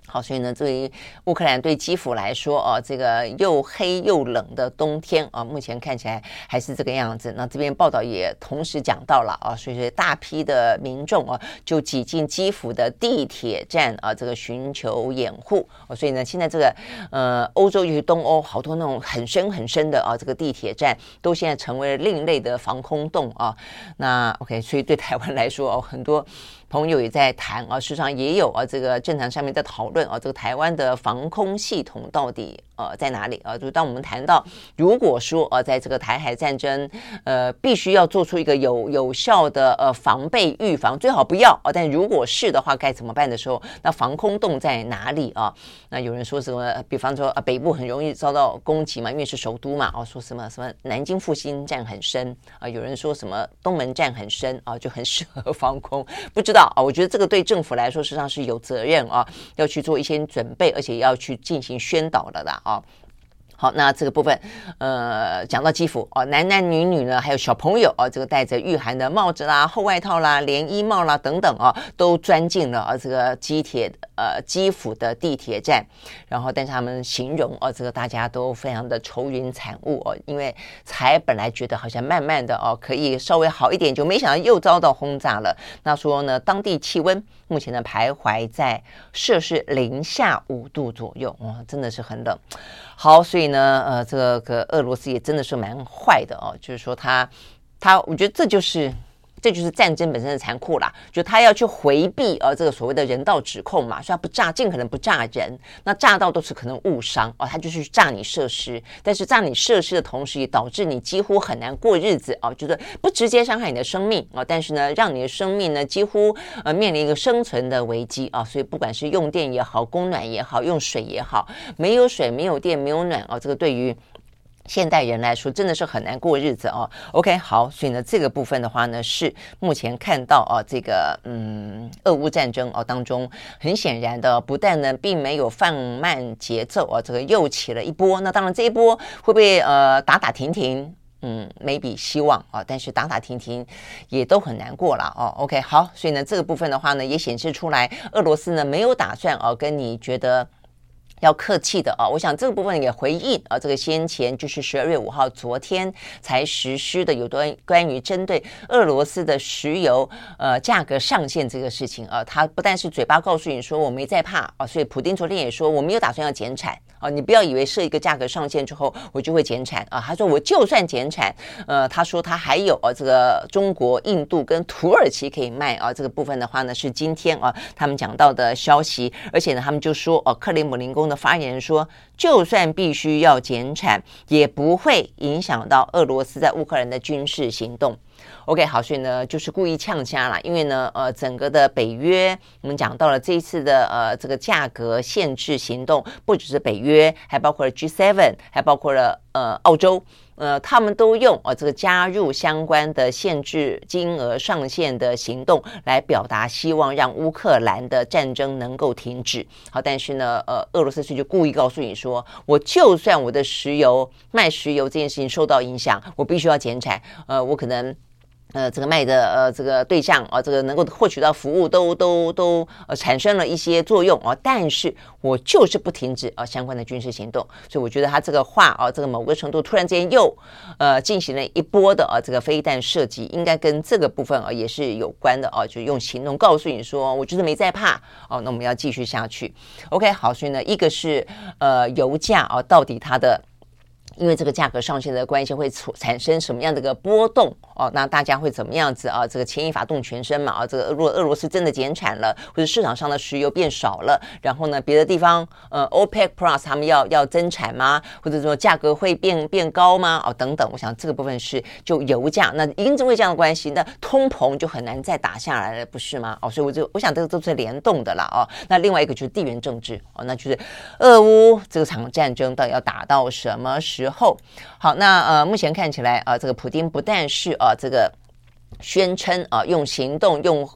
[SPEAKER 1] 好，所以呢，对于乌克兰对基辅来说，哦，这个又黑又冷的冬天啊，目前看起来还是这个样子。那这边报道也同时讲到了啊，所以说大批的民众啊，就挤进基辅的地铁站啊，这个寻求掩护。哦、所以呢，现在这个呃，欧洲尤其东欧，好多那种很深很深的啊，这个地铁站都现在成为了另类的防空洞啊。那 OK， 所以对台湾来说哦，很多朋友也在谈啊，事实上也有啊，这个政坛上面在讨论啊，这个台湾的防空系统到底呃在哪里啊？就当我们谈到，如果说呃，在这个台海战争，呃，必须要做出一个有有效的呃防备预防，最好不要啊，但如果是的话，该怎么办的时候，那防空洞在哪里啊？那有人说什么，比方说啊，北部很容易遭到攻击嘛，因为是首都嘛，哦、啊，说什么什么南京复兴站很深啊，有人说什么东门站很深啊，就很适合防空，不知道。啊，我觉得这个对政府来说实际上是有责任啊，要去做一些准备，而且要去进行宣导的啦啊。好，那这个部分，呃，讲到基辅哦，男男女女呢，还有小朋友哦，这个戴着御寒的帽子啦、厚外套啦、连衣帽啦等等啊，都钻进了啊这个基铁呃基辅的地铁站，然后但是他们形容哦，这个大家都非常的愁云惨雾哦，因为才本来觉得好像慢慢的哦可以稍微好一点，就没想到又遭到轰炸了。那说呢，当地气温目前呢徘徊在摄氏零下五度左右，哇，真的是很冷。好，所以呢，呃，这个个俄罗斯也真的是蛮坏的哦，就是说他他，我觉得这就是这就是战争本身的残酷啦，就他要去回避呃这个所谓的人道指控嘛，所以他不炸，尽可能不炸人，那炸到都是可能误伤哦，他就是炸你设施，但是炸你设施的同时也导致你几乎很难过日子哦，就是不直接伤害你的生命哦，但是呢，让你的生命呢几乎呃面临一个生存的危机啊，所以不管是用电也好，供暖也好，用水也好，没有水、没有电、没有暖哦，这个对于现代人来说真的是很难过日子哦。OK， 好，所以呢，这个部分的话呢，是目前看到哦，这个嗯，俄乌战争哦当中，很显然的，不但呢并没有放慢节奏哦，这个又起了一波。那当然，这一波会不会呃打打停停？嗯 ，maybe 希望啊，但是打打停停也都很难过了哦。OK， 好，所以呢，这个部分的话呢，也显示出来，俄罗斯呢没有打算哦跟你觉得要客气的啊，我想这个部分也回应啊，这个先前就是十二月五号昨天才实施的有关关于针对俄罗斯的石油呃价格上限这个事情啊，他不但是嘴巴告诉你说我没在怕啊，所以普丁昨天也说我没有打算要减产啊，你不要以为设一个价格上限之后我就会减产啊，他说我就算减产，呃，他说他还有啊这个中国、印度跟土耳其可以卖啊，这个部分的话呢是今天啊他们讲到的消息，而且呢他们就说哦，克里姆林宫的发言人说，就算必须要减产，也不会影响到俄罗斯在乌克兰的军事行动。OK， 好，所以呢，就是故意呛瞎了，因为呢，呃，整个的北约，我们讲到了这一次的呃这个价格限制行动，不只是北约，还包括了 G 七， 还包括了呃澳洲。呃，他们都用呃这个加入相关的限制金额上限的行动来表达希望让乌克兰的战争能够停止。好，但是呢，呃，俄罗斯就故意告诉你说，我就算我的石油卖石油这件事情受到影响，我必须要减产。呃，我可能。呃，这个卖的呃这个对象啊、呃，这个能够获取到服务都都都呃产生了一些作用啊、呃，但是我就是不停止啊、呃、相关的军事行动，所以我觉得他这个话啊、呃，这个某个程度突然之间又呃进行了一波的啊、呃、这个飞弹射击，应该跟这个部分啊、呃、也是有关的啊、呃，就用行动告诉你说我就是没在怕哦、呃，那我们要继续下去。OK， 好，所以呢，一个是呃油价啊、呃，到底它的。因为这个价格上限的关系会产生什么样的一个波动哦？那大家会怎么样子啊？这个牵一发动全身嘛啊！这个如果俄罗斯真的减产了，或者市场上的石油变少了，然后呢，别的地方呃 OPEC Plus 他们要要增产吗？或者说价格会变变高吗？哦，等等，我想这个部分是就油价，那因为这样的关系，那通膨就很难再打下来了，不是吗？哦，所以我就我想这个都是联动的啦哦。那另外一个就是地缘政治哦，那就是俄乌这场战争到底要打到什么时候？后好，那呃，目前看起来啊、呃，这个普丁不但是啊、呃，这个宣称啊、呃，用行动用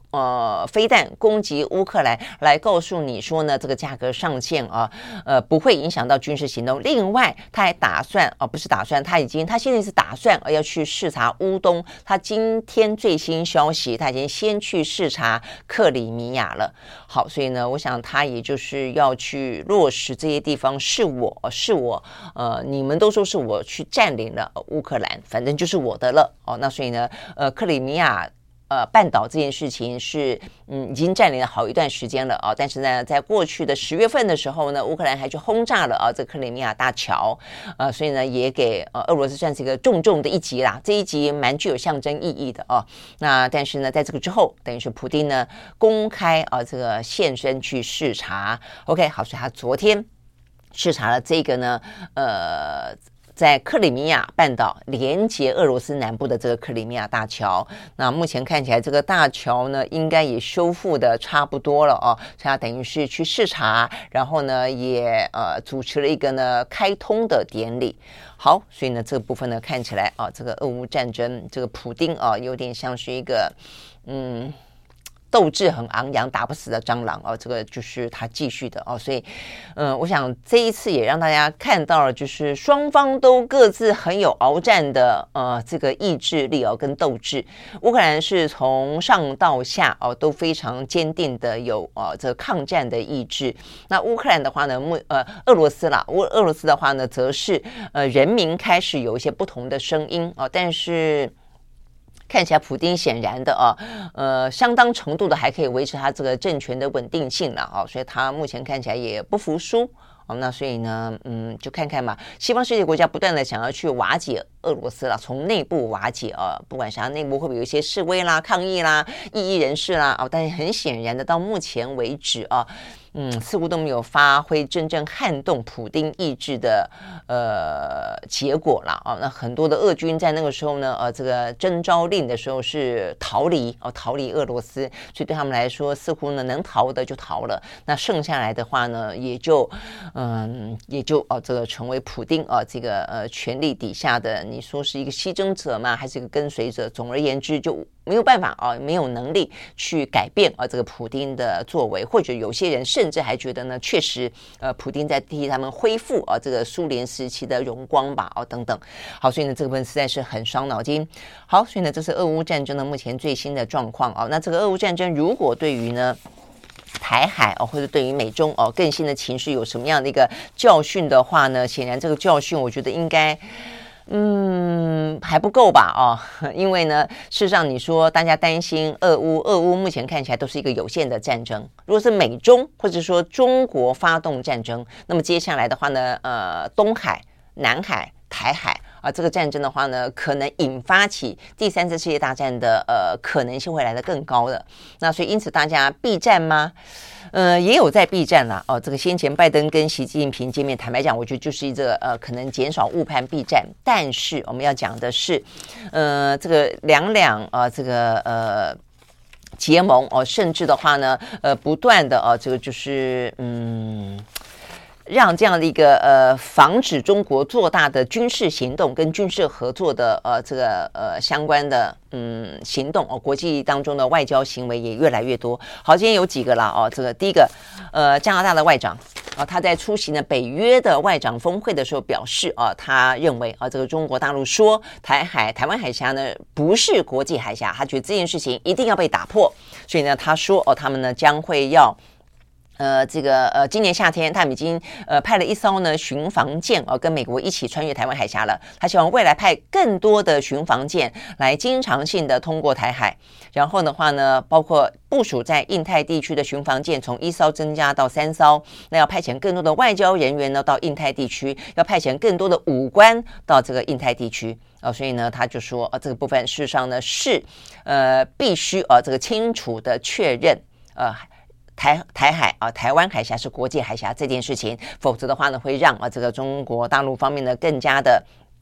[SPEAKER 1] 呃，飞弹攻击乌克兰，来告诉你说呢，这个价格上限啊，呃，不会影响到军事行动。另外，他还打算哦，不是打算，他已经，他现在是打算呃要去视察乌东。他今天最新消息，他已经先去视察克里米亚了。好，所以呢，我想他也就是要去落实这些地方，是我是我，呃，你们都说是我去占领了乌克兰，反正就是我的了哦。那所以呢，呃，克里米亚。呃，半岛这件事情是嗯已经占领了好一段时间了啊，但是呢，在过去的十月份的时候呢，乌克兰还去轰炸了啊这克里米亚大桥，呃，所以呢也给呃俄罗斯算是一个重重的一击啦，这一击蛮具有象征意义的啊。那但是呢，在这个之后，等于是普丁呢公开啊这个现身去视察 ，OK， 好，所以他昨天视察了这个呢，呃。在克里米亚半岛连接俄罗斯南部的这个克里米亚大桥，那目前看起来这个大桥呢，应该也修复的差不多了哦，所以他等于是去视察，然后呢也呃主持了一个呢开通的典礼。好，所以呢这个部分呢看起来啊，这个俄乌战争，这个普丁啊有点像是一个嗯。斗志很昂扬，打不死的蟑螂哦，这个就是他继续的哦，所以，嗯，我想这一次也让大家看到了，就是双方都各自很有鏖战的呃这个意志力哦跟斗志。乌克兰是从上到下哦都非常坚定的有呃这个抗战的意志。那乌克兰的话呢，目呃俄罗斯啦，俄俄罗斯的话呢，则是呃人民开始有一些不同的声音哦，但是。看起来普丁显然的啊，呃，相当程度的还可以维持他这个政权的稳定性了啊，所以他目前看起来也不服输。哦，那所以呢，嗯，就看看嘛，西方世界国家不断的想要去瓦解俄罗斯啦，从内部瓦解啊，不管是它内部会不会有一些示威啦、抗议啦、异议人士啦，哦，但是很显然的，到目前为止啊。嗯，似乎都没有发挥真正撼动普丁意志的呃结果啦啊。那很多的俄军在那个时候呢，呃，这个征召令的时候是逃离哦，逃离俄罗斯，所以对他们来说，似乎呢能逃的就逃了，那剩下来的话呢，也就嗯，也就哦，这个成为普丁啊这个呃权力底下的，你说是一个牺牲者吗？还是一个跟随者？总而言之，就没有办法啊，没有能力去改变啊这个普丁的作为，或者有些人甚至还觉得呢，确实呃，普丁在替他们恢复啊这个苏联时期的荣光吧，哦等等。好，所以呢，这个部分实在是很伤脑筋。好，所以呢，这是俄乌战争的目前最新的状况啊。那这个俄乌战争如果对于呢？台海哦，或者对于美中哦更新的情绪有什么样的一个教训的话呢？显然这个教训，我觉得应该。嗯，还不够吧？哦，因为呢，事实上你说大家担心俄乌，俄乌目前看起来都是一个有限的战争。如果是美中或者说中国发动战争，那么接下来的话呢，呃，东海、南海、台海啊，这个战争的话呢，可能引发起第三次世界大战的呃可能性会来得更高的。那所以因此大家避战吗？呃，也有在避战啦，哦，这个先前拜登跟习近平见面，坦白讲，我觉得就是一个呃，可能减少误判避战。但是我们要讲的是，呃，这个两两啊，这个呃结盟哦，甚至的话呢，呃，不断的哦，这个就是嗯。让这样的一个呃防止中国做大的军事行动跟军事合作的呃这个呃相关的嗯行动哦，国际当中的外交行为也越来越多。好，今天有几个啦哦，这个第一个呃加拿大的外长啊、哦，他在出席呢北约的外长峰会的时候表示啊、哦，他认为啊、哦、这个中国大陆说台海台湾海峡呢不是国际海峡，他觉得这件事情一定要被打破，所以呢他说哦他们呢将会要。呃，这个呃，今年夏天他们已经呃派了一艘呢巡防舰哦、呃，跟美国一起穿越台湾海峡了。他希望未来派更多的巡防舰来经常性的通过台海，然后的话呢，包括部署在印太地区的巡防舰从一艘增加到三艘，那要派遣更多的外交人员呢到印太地区，要派遣更多的武官到这个印太地区。哦，所以呢，他就说，呃，这个部分事实上呢是呃必须呃这个清楚的确认呃。台台海啊，台湾海峡是国际海峡这件事情，否则的话呢，会让啊这个中国大陆方面呢更加的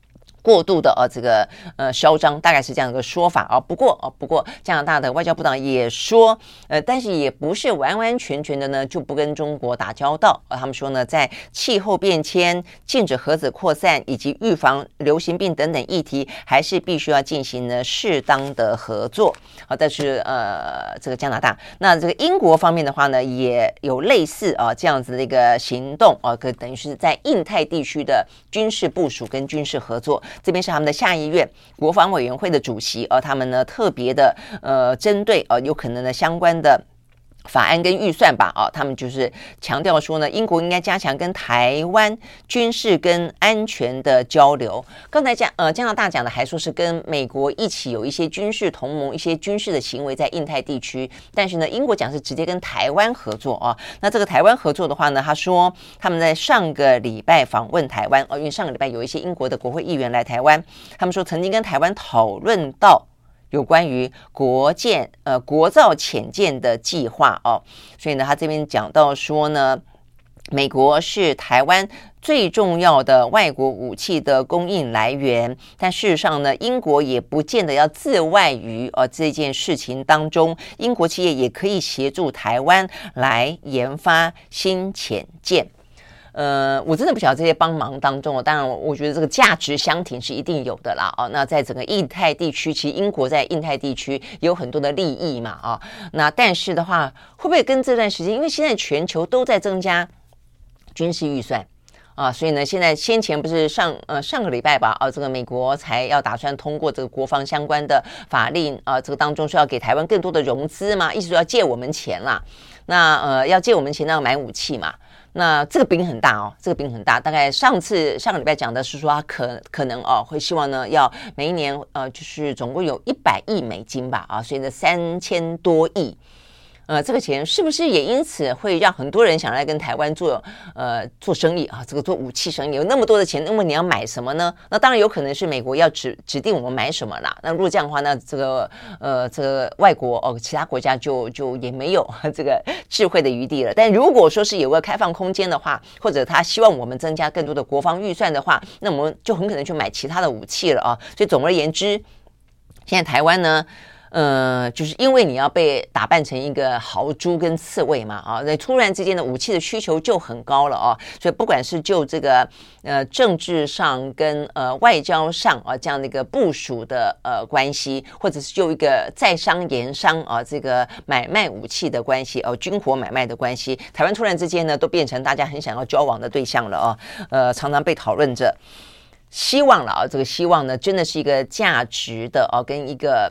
[SPEAKER 1] 过度的呃这个呃嚣张，大概是这样一个说法啊。不过哦，不过加拿大的外交部长也说，呃，但是也不是完完全全的呢就不跟中国打交道。呃、他们说呢，在气候变迁、禁止核子扩散以及预防流行病等等议题，还是必须要进行呢适当的合作。好、呃，但是呃，这个加拿大，那这个英国方面的话呢，也有类似啊、呃、这样子的一个行动啊，可、呃、等于是在印太地区的军事部署跟军事合作。这边是他们的下议院国防委员会的主席，而、呃、他们呢特别的呃针对呃有可能的相关的法案跟预算吧，啊，他们就是强调说呢，英国应该加强跟台湾军事跟安全的交流。刚才加呃加拿大讲的还说是跟美国一起有一些军事同盟、一些军事的行为在印太地区，但是呢，英国讲是直接跟台湾合作啊。那这个台湾合作的话呢，他说他们在上个礼拜访问台湾哦，因为上个礼拜有一些英国的国会议员来台湾，他们说曾经跟台湾讨论到有关于国建呃国造潜舰的计划哦，所以呢，他这边讲到说呢，美国是台湾最重要的外国武器的供应来源，但事实上呢，英国也不见得要自外于呃这件事情当中，英国企业也可以协助台湾来研发新潜舰。呃，我真的不晓得这些帮忙当中，当然我觉得这个价值相挺是一定有的啦。哦，那在整个印太地区，其实英国在印太地区也有很多的利益嘛。啊、哦，那但是的话，会不会跟这段时间，因为现在全球都在增加军事预算啊，所以呢，现在先前不是上呃上个礼拜吧，啊，这个美国才要打算通过这个国防相关的法令啊，这个当中说要给台湾更多的融资嘛，意思说要借我们钱啦。那呃要借我们钱，那要买武器嘛。那这个饼很大哦，这个饼很大。大概上次上个礼拜讲的是说，他可可能哦会希望呢，要每一年呃就是总共有一百亿美金吧啊，所以呢三千多亿。呃，这个钱是不是也因此会让很多人想来跟台湾做呃做生意啊？这个做武器生意有那么多的钱，那么你要买什么呢？那当然有可能是美国要指指定我们买什么啦。那如果这样的话，那这个呃这个外国哦其他国家就就也没有这个智慧的余地了。但如果说是有个开放空间的话，或者他希望我们增加更多的国防预算的话，那我们就很可能去买其他的武器了啊。所以总而言之，现在台湾呢。呃，就是因为你要被打扮成一个豪猪跟刺猬嘛，啊，那突然之间的武器的需求就很高了啊，所以不管是就这个呃政治上跟呃外交上啊这样的一个部署的呃关系，或者是就一个在商言商啊这个买卖武器的关系，哦、啊，军火买卖的关系，台湾突然之间呢都变成大家很想要交往的对象了啊，呃，常常被讨论着，希望了啊，这个希望呢真的是一个价值的啊，跟一个。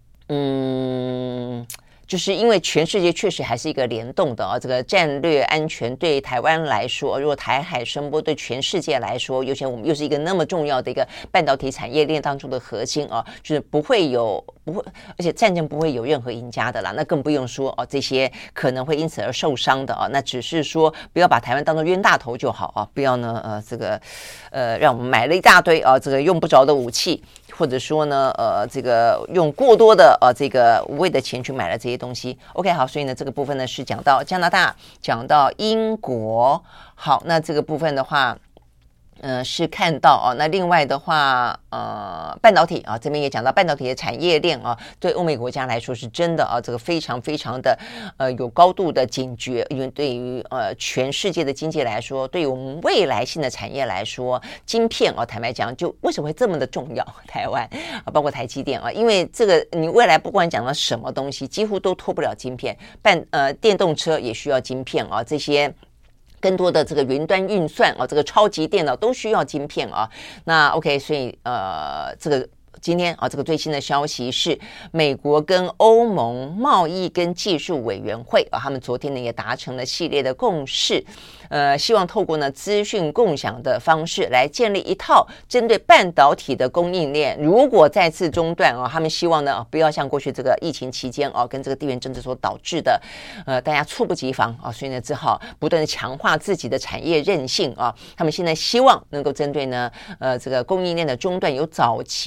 [SPEAKER 1] 嗯，就是因为全世界确实还是一个联动的啊，这个战略安全对台湾来说，如果台海声波对全世界来说，尤其我们又是一个那么重要的一个半导体产业链当中的核心啊，就是不会有不会，而且战争不会有任何赢家的啦，那更不用说哦这些可能会因此而受伤的啊，那只是说不要把台湾当作冤大头就好啊，不要呢呃这个呃让我们买了一大堆啊这个用不着的武器。或者说呢，呃，这个用过多的呃这个无谓的钱去买了这些东西。OK， 好，所以呢这个部分呢是讲到加拿大，讲到英国。好，那这个部分的话。呃，是看到哦，那另外的话，呃，半导体啊，这边也讲到半导体的产业链啊，对欧美国家来说是真的啊，这个非常非常的呃有高度的警觉，因为对于呃全世界的经济来说，对于我们未来性的产业来说，晶片啊，坦白讲，就为什么会这么的重要？台湾啊，包括台积电啊，因为这个你未来不管讲到什么东西，几乎都脱不了晶片，半呃电动车也需要晶片啊，这些。更多的这个云端运算啊，这个超级电脑都需要晶片啊。那 OK， 所以呃，这个今天啊，这个最新的消息是，美国跟欧盟贸易跟技术委员会啊，他们昨天呢也达成了系列的共识，呃，希望透过呢资讯共享的方式来建立一套针对半导体的供应链。如果再次中断啊，他们希望呢不要像过去这个疫情期间啊，跟这个地缘政治所导致的，呃，大家猝不及防啊，所以呢只好不断的强化自己的产业韧性啊。他们现在希望能够针对呢，呃，这个供应链的中断有早期的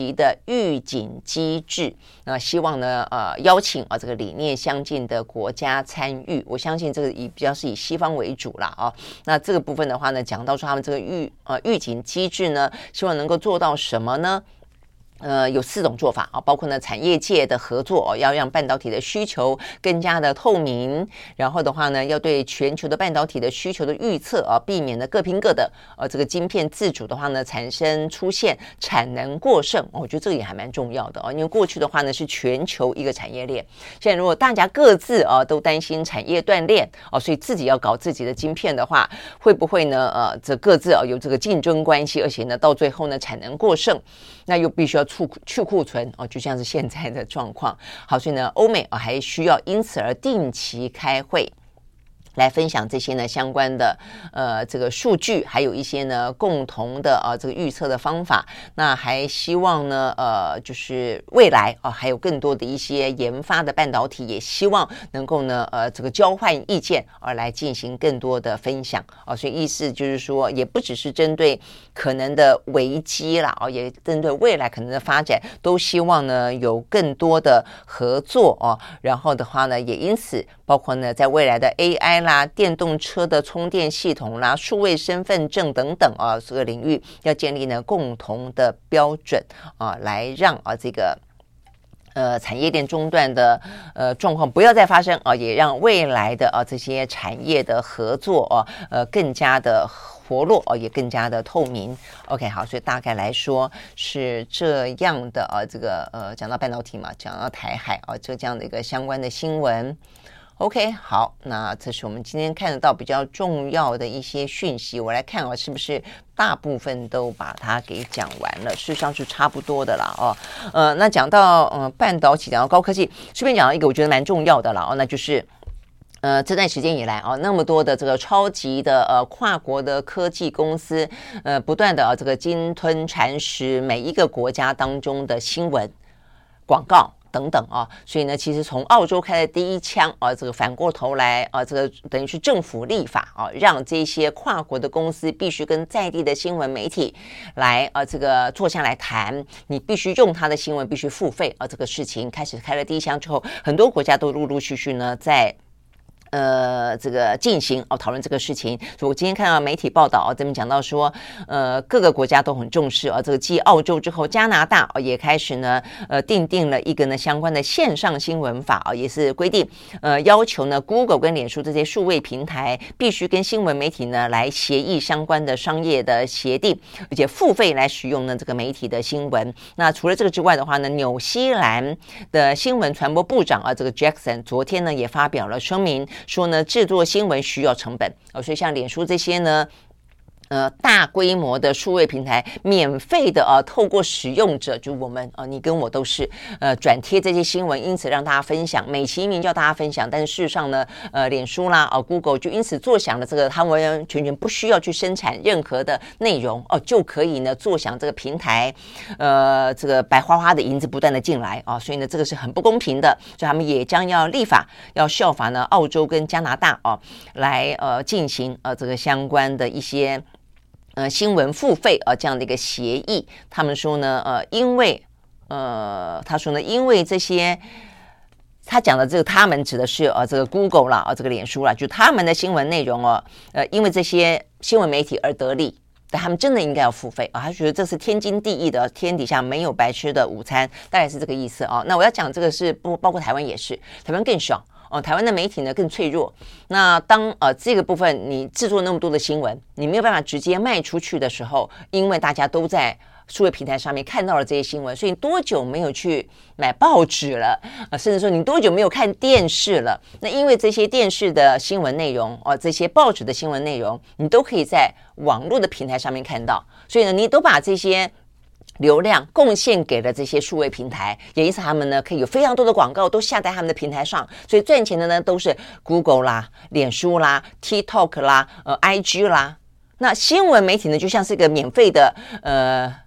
[SPEAKER 1] 预警机制，那希望呢呃邀请啊这个理念相近的国家参与。我相信这个以比较是以西方为主啦啊。那这个部分的话呢，讲到说他们这个预呃预警机制呢，希望能够做到什么呢？呃，有四种做法啊，包括呢产业界的合作、哦、要让半导体的需求更加的透明，然后的话呢，要对全球的半导体的需求的预测啊，避免呢各拼各的，呃，这个晶片自主的话呢，产生出现产能过剩、哦，我觉得这个也还蛮重要的哦，因为过去的话呢是全球一个产业链，现在如果大家各自啊都担心产业断裂哦，所以自己要搞自己的晶片的话，会不会呢？呃，这各自啊有这个竞争关系，而且呢到最后呢产能过剩，那又必须要去库存哦，就像是现在的状况。好，所以呢，欧美、哦、还需要因此而定期开会，来分享这些呢相关的呃这个数据，还有一些呢共同的啊、呃、这个预测的方法。那还希望呢呃就是未来啊、呃、还有更多的一些研发的半导体，也希望能够呢呃这个交换意见而来进行更多的分享啊、呃。所以意思就是说，也不只是针对可能的危机啦啊、呃，也针对未来可能的发展，都希望呢有更多的合作哦、呃。然后的话呢，也因此包括呢在未来的 A I啦、电动车的充电系统啦、数位身份证等等啊，这个领域要建立呢共同的标准啊，来让啊这个呃产业链中断的呃状况不要再发生啊，也让未来的啊这些产业的合作啊呃更加的活络哦，也更加的透明。OK， 好，所以大概来说是这样的啊，这个呃讲到半导体嘛，讲到台海啊，这这样的一个相关的新闻。OK， 好，那这是我们今天看得到比较重要的一些讯息。我来看哦，是不是大部分都把它给讲完了？事实上是差不多的啦哦。呃，那讲到呃半导体，讲到高科技，顺便讲到一个我觉得蛮重要的啦哦，那就是呃这段时间以来啊，那么多的这个超级的呃跨国的科技公司，呃不断的啊这个鲸吞蚕食每一个国家当中的新闻广告等等啊，所以呢，其实从澳洲开的第一枪啊，这个反过头来啊，这个等于是政府立法啊，让这些跨国的公司必须跟在地的新闻媒体来啊，这个坐下来谈，你必须用他的新闻，必须付费啊，这个事情开始开了第一枪之后，很多国家都陆陆续续呢在。呃，这个进行哦，讨论这个事情。所以我今天看到媒体报道哦，这边讲到说，呃，各个国家都很重视哦，这个继澳洲之后，加拿大哦也开始呢，呃，订定了一个呢相关的线上新闻法啊、哦，也是规定，呃，要求呢 Google 跟脸书这些数位平台必须跟新闻媒体呢来协议相关的商业的协定，而且付费来使用呢这个媒体的新闻。那除了这个之外的话呢，纽西兰的新闻传播部长啊，这个 Jackson 昨天呢也发表了声明。说呢，制作新闻需要成本哦，所以像脸书这些呢。呃，大规模的数位平台免费的啊，透过使用者，就我们啊，你跟我都是呃转贴这些新闻，因此让大家分享，美其名叫大家分享，但是事实上呢，呃，脸书啦啊 ，Google 就因此坐享了这个，他们完完全全不需要去生产任何的内容哦，就可以呢坐享这个平台，呃，这个白花花的银子不断的进来啊，所以呢，这个是很不公平的，所以他们也将要立法，要效法呢澳洲跟加拿大啊，来呃进行呃这个相关的一些。呃，新闻付费啊、呃，这样的一个协议，他们说呢，呃，因为呃，他说呢，因为这些，他讲的这个，他们指的是呃，这个 Google 啦，啊、呃，这个脸书啦，就他们的新闻内容哦，呃，因为这些新闻媒体而得利，但他们真的应该要付费啊、呃，他觉得这是天经地义的，天底下没有白吃的午餐，大概是这个意思啊、哦。那我要讲这个是不包括台湾也是，台湾更少。哦，台湾的媒体呢更脆弱。那当呃这个部分你制作那么多的新闻，你没有办法直接卖出去的时候，因为大家都在数位平台上面看到了这些新闻，所以你多久没有去买报纸了？呃，甚至说你多久没有看电视了？那因为这些电视的新闻内容，哦、呃，这些报纸的新闻内容，你都可以在网络的平台上面看到，所以呢，你都把这些。流量贡献给了这些数位平台，也因此他们呢可以有非常多的广告都下在他们的平台上，所以赚钱的呢都是 Google 啦、脸书啦、TikTok 啦、呃 I G 啦。那新闻媒体呢就像是一个免费的呃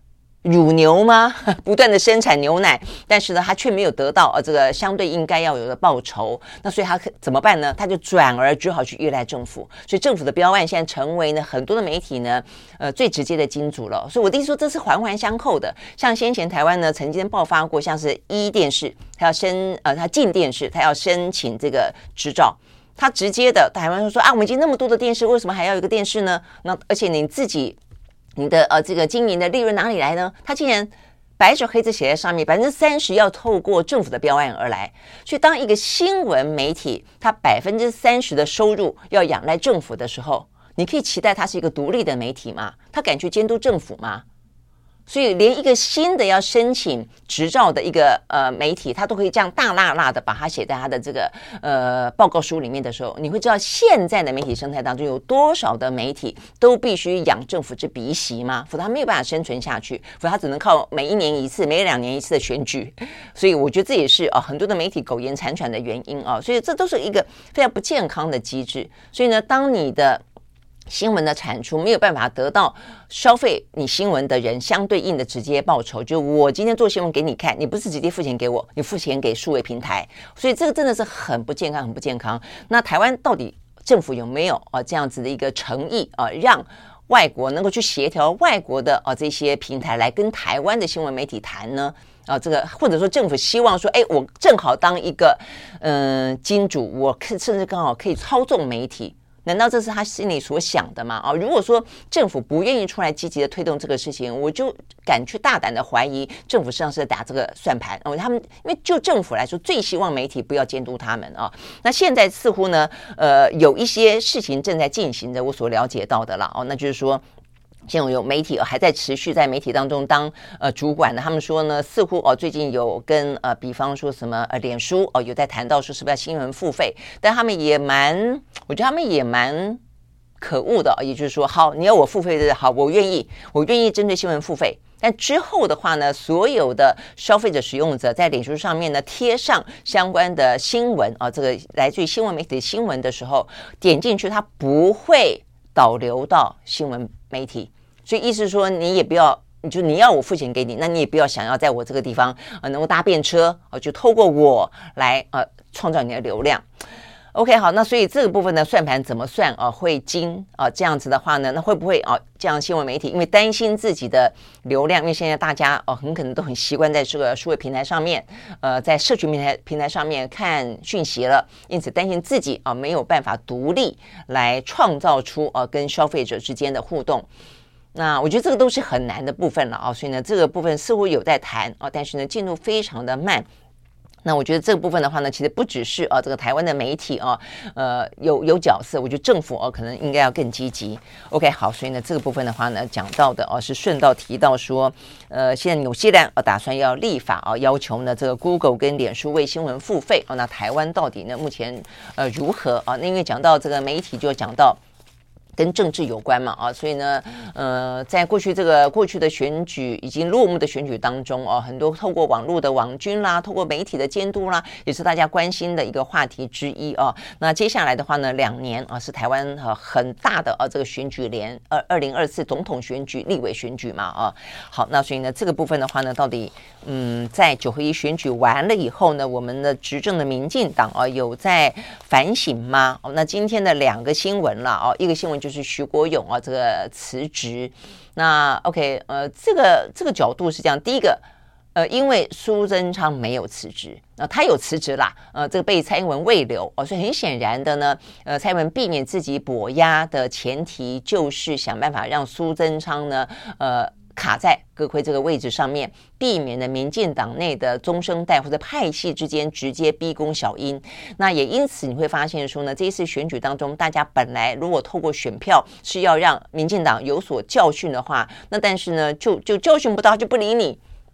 [SPEAKER 1] 乳牛吗？不断的生产牛奶，但是呢，他却没有得到呃这个相对应该要有的报酬。那所以他怎么办呢？他就转而只好去依赖政府。所以政府的标案现在成为呢很多的媒体呢呃最直接的金主了。所以我的意思说，这是环环相扣的。像先前台湾呢曾经爆发过，像是一电视，他要申呃他进电视，他要申请这个执照。他直接的台湾说啊，我们已经那么多的电视，为什么还要有一个电视呢？那而且你自己。你的呃这个经营的利润哪里来呢？它竟然白纸黑字写在上面，百分之三十要透过政府的标案而来。所以当一个新闻媒体它百分之三十的收入要仰赖政府的时候，你可以期待它是一个独立的媒体吗？它敢去监督政府吗？所以连一个新的要申请执照的一个呃媒体，他都可以这样大辣辣的把它写在他的这个呃报告书里面的时候，你会知道现在的媒体生态当中有多少的媒体都必须养政府之鼻息吗？否则他没有办法生存下去，否则他只能靠每一年一次、每两年一次的选举。所以我觉得这也是啊、呃、很多的媒体苟延残喘的原因啊。所以这都是一个非常不健康的机制。所以呢，当你的新闻的产出没有办法得到消费你新闻的人相对应的直接报酬，就我今天做新闻给你看，你不是直接付钱给我，你付钱给数位平台，所以这个真的是很不健康很不健康。那台湾到底政府有没有啊这样子的一个诚意啊，让外国能够去协调外国的啊这些平台来跟台湾的新闻媒体谈呢？啊，这个或者说政府希望说，哎，我正好当一个嗯、呃、金主，我甚至刚好可以操纵媒体。难道这是他心里所想的吗？啊，如果说政府不愿意出来积极的推动这个事情，我就敢去大胆的怀疑政府实际上是在打这个算盘。哦，他们因为就政府来说，最希望媒体不要监督他们啊。那现在似乎呢，呃，有一些事情正在进行着，我所了解到的了哦，那就是说。现在有媒体还在持续在媒体当中当呃主管的，他们说呢，似乎哦最近有跟呃比方说什么呃脸书哦有在谈到说是不是要新闻付费，但他们也蛮，我觉得他们也蛮可恶的，也就是说，好，你要我付费的，好，我愿意，我愿意针对新闻付费。但之后的话呢，所有的消费者使用者在脸书上面呢贴上相关的新闻啊，这个来自于新闻媒体的新闻的时候，点进去它不会导流到新闻媒体，所以意思是说你也不要，就你要我付钱给你，那你也不要想要在我这个地方呃能够搭便车，呃就透过我来呃创造你的流量。OK， 好，那所以这个部分的算盘怎么算啊、呃？会精啊、呃？这样子的话呢，那会不会啊、呃？这样新闻媒体因为担心自己的流量，因为现在大家哦、呃、很可能都很习惯在这个数位平台上面，呃，在社群平台平台上面看讯息了，因此担心自己啊、呃、没有办法独立来创造出啊、呃、跟消费者之间的互动。那我觉得这个都是很难的部分了啊，所以呢，这个部分似乎有在谈啊，但是呢，进度非常的慢。那我觉得这个部分的话呢，其实不只是啊这个台湾的媒体啊，呃有有角色，我觉得政府哦、啊、可能应该要更积极。OK， 好，所以呢这个部分的话呢，讲到的哦、啊、是顺道提到说，呃现在纽西兰啊打算要立法啊，要求呢这个 Google 跟脸书为新闻付费啊，那台湾到底呢目前呃如何啊？那因为讲到这个媒体，就讲到跟政治有关嘛啊，所以呢，呃，在过去这个过去的选举已经落幕的选举当中哦、啊，很多透过网络的网军啦，透过媒体的监督啦，也是大家关心的一个话题之一啊。那接下来的话呢，两年啊是台湾啊很大的啊这个选举连二二零二四总统选举、立委选举嘛啊。好，那所以呢这个部分的话呢，到底嗯在九合一选举完了以后呢，我们的执政的民进党啊有在反省吗？哦，那今天的两个新闻了哦，一个新闻就是徐国勇啊，这个辞职。那 OK， 呃，这个这个角度是这样，第一个，呃，因为苏贞昌没有辞职，那、呃、他有辞职啦，呃，这个被蔡英文慰留哦，所以很显然的呢，呃，蔡英文避免自己跛押的前提就是想办法让苏贞昌呢，呃。卡在阁揆这个位置上面，避免了民进党内的中生代或者派系之间直接逼宫小英。那也因此你会发现说呢，这一次选举当中，大家本来如果透过选票是要让民进党有所教训的话，那但是呢就就教训不到，就不理你。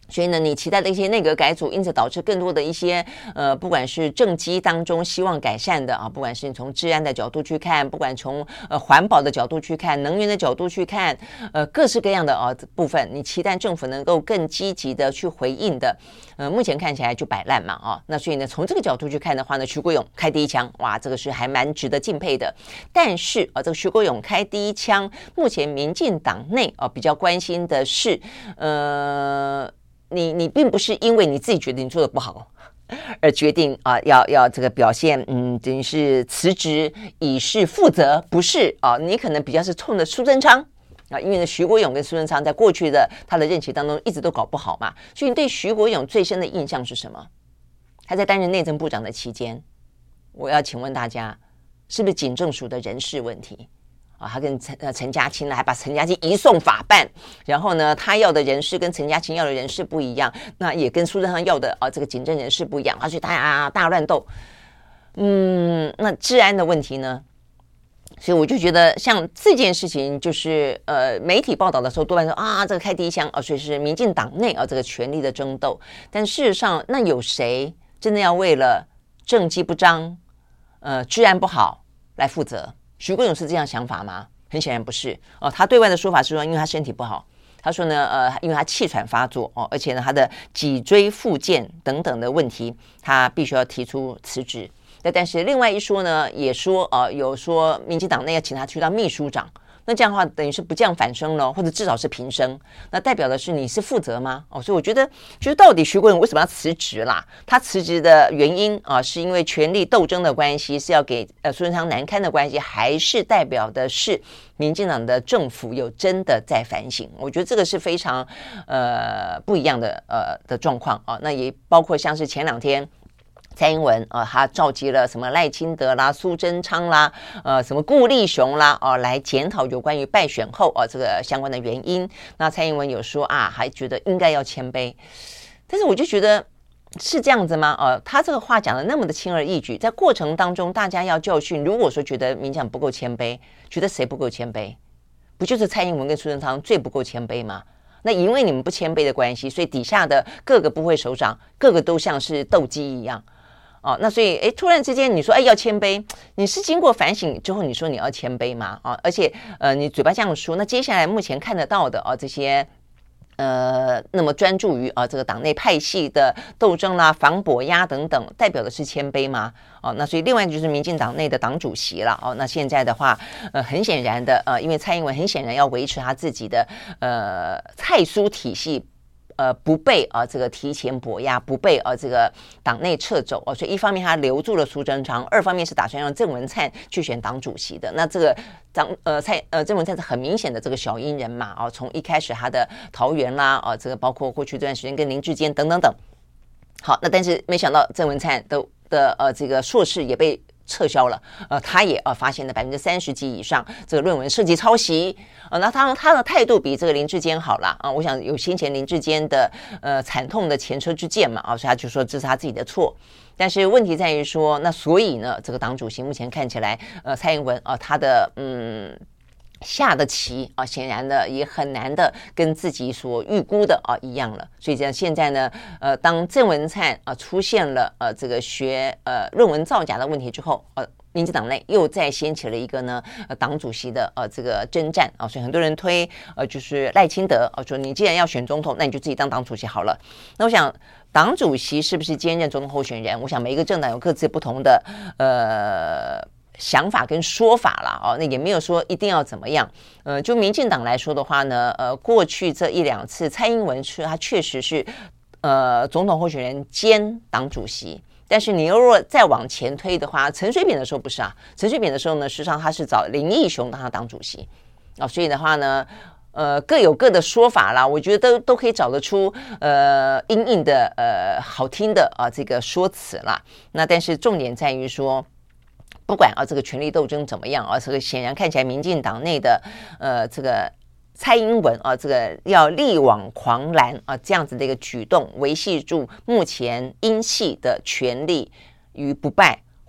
[SPEAKER 1] 所以呢，你期待的一些内阁改组，因此导致更多的一些呃，不管是政绩当中希望改善的啊，不管是你从治安的角度去看，不管从呃环保的角度去看，能源的角度去看，呃，各式各样的啊部分，你期待政府能够更积极的去回应的，呃，目前看起来就摆烂嘛啊。那所以呢，从这个角度去看的话呢，徐国勇开第一枪，哇，这个是还蛮值得敬佩的。但是啊，这个徐国勇开第一枪，目前民进党内啊比较关心的是，呃。你你并不是因为你自己觉得你做的不好而决定啊、呃、要要这个表现，嗯，等于是辞职以示负责，不是啊、呃？你可能比较是冲着苏贞昌啊，因为呢徐国勇跟苏贞昌在过去的他的任期当中一直都搞不好嘛，所以你对徐国勇最深的印象是什么？他在担任内政部长的期间，我要请问大家，是不是警政署的人事问题？啊，他跟陈呃陈家清呢，还把陈家清移送法办，然后呢，他要的人事跟陈家清要的人事不一样，那也跟苏贞昌要的啊这个警政人事不一样，而且大家大乱斗。嗯，那治安的问题呢？所以我就觉得像这件事情，就是呃媒体报道的时候多半说啊这个开第一枪啊，所以是民进党内啊这个权力的争斗，但事实上那有谁真的要为了政绩不彰、呃治安不好来负责？徐国勇是这样想法吗？很显然不是哦。他对外的说法是说，因为他身体不好，他说呢，呃，因为他气喘发作哦，而且呢，他的脊椎复健等等的问题，他必须要提出辞职。那但是另外一说呢，也说呃，有说民进党内要请他去当秘书长。那这样的话等于是不降反升了，或者至少是平升，那代表的是你是负责吗？哦，所以我觉得就是到底徐国勇为什么要辞职啦？他辞职的原因啊，是因为权力斗争的关系，是要给呃苏贞昌难堪的关系，还是代表的是民进党的政府有真的在反省？我觉得这个是非常呃不一样的呃的状况啊。那也包括像是前两天。蔡英文啊、呃，他召集了什么赖清德啦、苏贞昌啦、呃什么顾立雄啦，哦、呃，来检讨有关于败选后啊、呃、这个相关的原因。那蔡英文有说啊，还觉得应该要谦卑，但是我就觉得是这样子吗？呃，他这个话讲的那么的轻而易举，在过程当中大家要教训。如果说觉得民进党不够谦卑，觉得谁不够谦卑？不就是蔡英文跟苏贞昌最不够谦卑吗？那因为你们不谦卑的关系，所以底下的各个部会首长，各个都像是斗鸡一样。哦，那所以，哎，突然之间你说，哎，要谦卑，你是经过反省之后，你说你要谦卑吗？啊，而且，呃，你嘴巴这样说，那接下来目前看得到的啊，这些，呃，那么专注于啊这个党内派系的斗争啦、防跛压等等，代表的是谦卑吗？哦，那所以另外就是民进党内的党主席了。哦，那现在的话，呃，很显然的，呃，因为蔡英文很显然要维持他自己的呃蔡苏体系。呃，不被啊、呃、这个提前跛压，不被啊、呃、这个党内撤走哦，所以一方面他留住了苏贞昌，二方面是打算让郑文灿去选党主席的。那这个张呃蔡呃郑文灿是很明显的这个小英人嘛，哦，从一开始他的桃园啦，哦，这个包括过去这段时间跟林志坚等等等。好，那但是没想到郑文灿的的呃这个硕士也被撤销了，呃，他也呃发现了百分之三十几以上这个论文涉及抄袭，呃，那他他的态度比这个林志坚好了啊，我想有先前林志坚的呃惨痛的前车之鉴嘛，啊，所以他就说这是他自己的错，但是问题在于说，那所以呢，这个党主席目前看起来，呃，蔡英文啊、呃，他的嗯。下的棋啊，显然的也很难的跟自己所预估的啊一样了。所以这样现在呢，呃，当郑文灿啊出现了呃这个学呃论文造假的问题之后，呃，民进党内又再掀起了一个呢呃党主席的呃这个征战啊，所以很多人推呃就是赖清德啊，说你既然要选总统，那你就自己当党主席好了。那我想党主席是不是兼任总统候选人？我想每一个政党有各自不同的呃。想法跟说法啦，哦，那也没有说一定要怎么样。呃，就民进党来说的话呢，呃，过去这一两次蔡英文是他确实是呃总统候选人兼党主席，但是你如果再往前推的话，陈水扁的时候不是啊，陈水扁的时候呢，实际上他是找林义雄当他党主席啊、哦，所以的话呢。呃，各有各的说法啦，我觉得都都可以找得出呃因应的呃好听的啊、呃、这个说辞啦。那但是重点在于说。不管啊，这个权力斗争怎么样啊，这个显然看起来民进党内的呃这个蔡英文啊，这个要力挽狂澜啊，这样子的一个举动，维系住目前英系的权力于不败，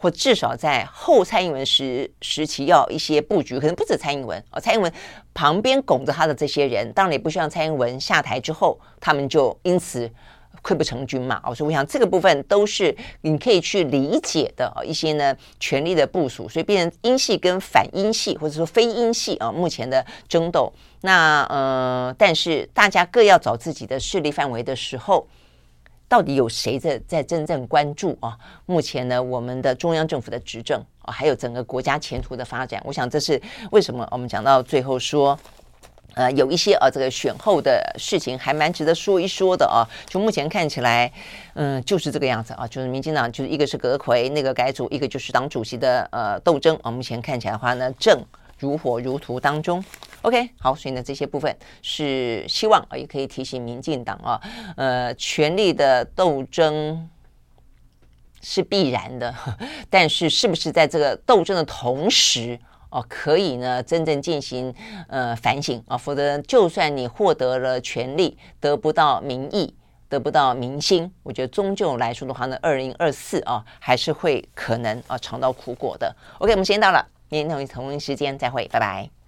[SPEAKER 1] 或至少在后蔡英文时时期要一些布局，可能不止蔡英文哦，蔡英文旁边拱着他的这些人，当然也不希望蔡英文下台之后，他们就因此溃不成军嘛。哦，所以我想这个部分都是你可以去理解的一些呢权力的部署，所以变成英系跟反英系或者说非英系啊目前的争斗。那呃，但是大家各要找自己的势力范围的时候。到底有谁在在真正关注啊？目前呢，我们的中央政府的执政啊，还有整个国家前途的发展，我想这是为什么我们讲到最后说，呃，有一些啊这个选后的事情还蛮值得说一说的啊。就目前看起来，嗯，就是这个样子啊，就是民进党就是一个是阁揆那个改组，一个就是党主席的呃斗争啊。目前看起来的话呢，正如火如荼当中。OK， 好，所以呢，这些部分是希望啊，也可以提醒民进党啊，呃，权力的斗争是必然的，但是是不是在这个斗争的同时哦，可以呢真正进行呃反省啊？否则，就算你获得了权力，得不到民意，得不到民心，我觉得终究来说的话呢，二零二四啊，还是会可能啊尝到苦果的。OK， 我们时间到了，明天同一时间再会，拜拜。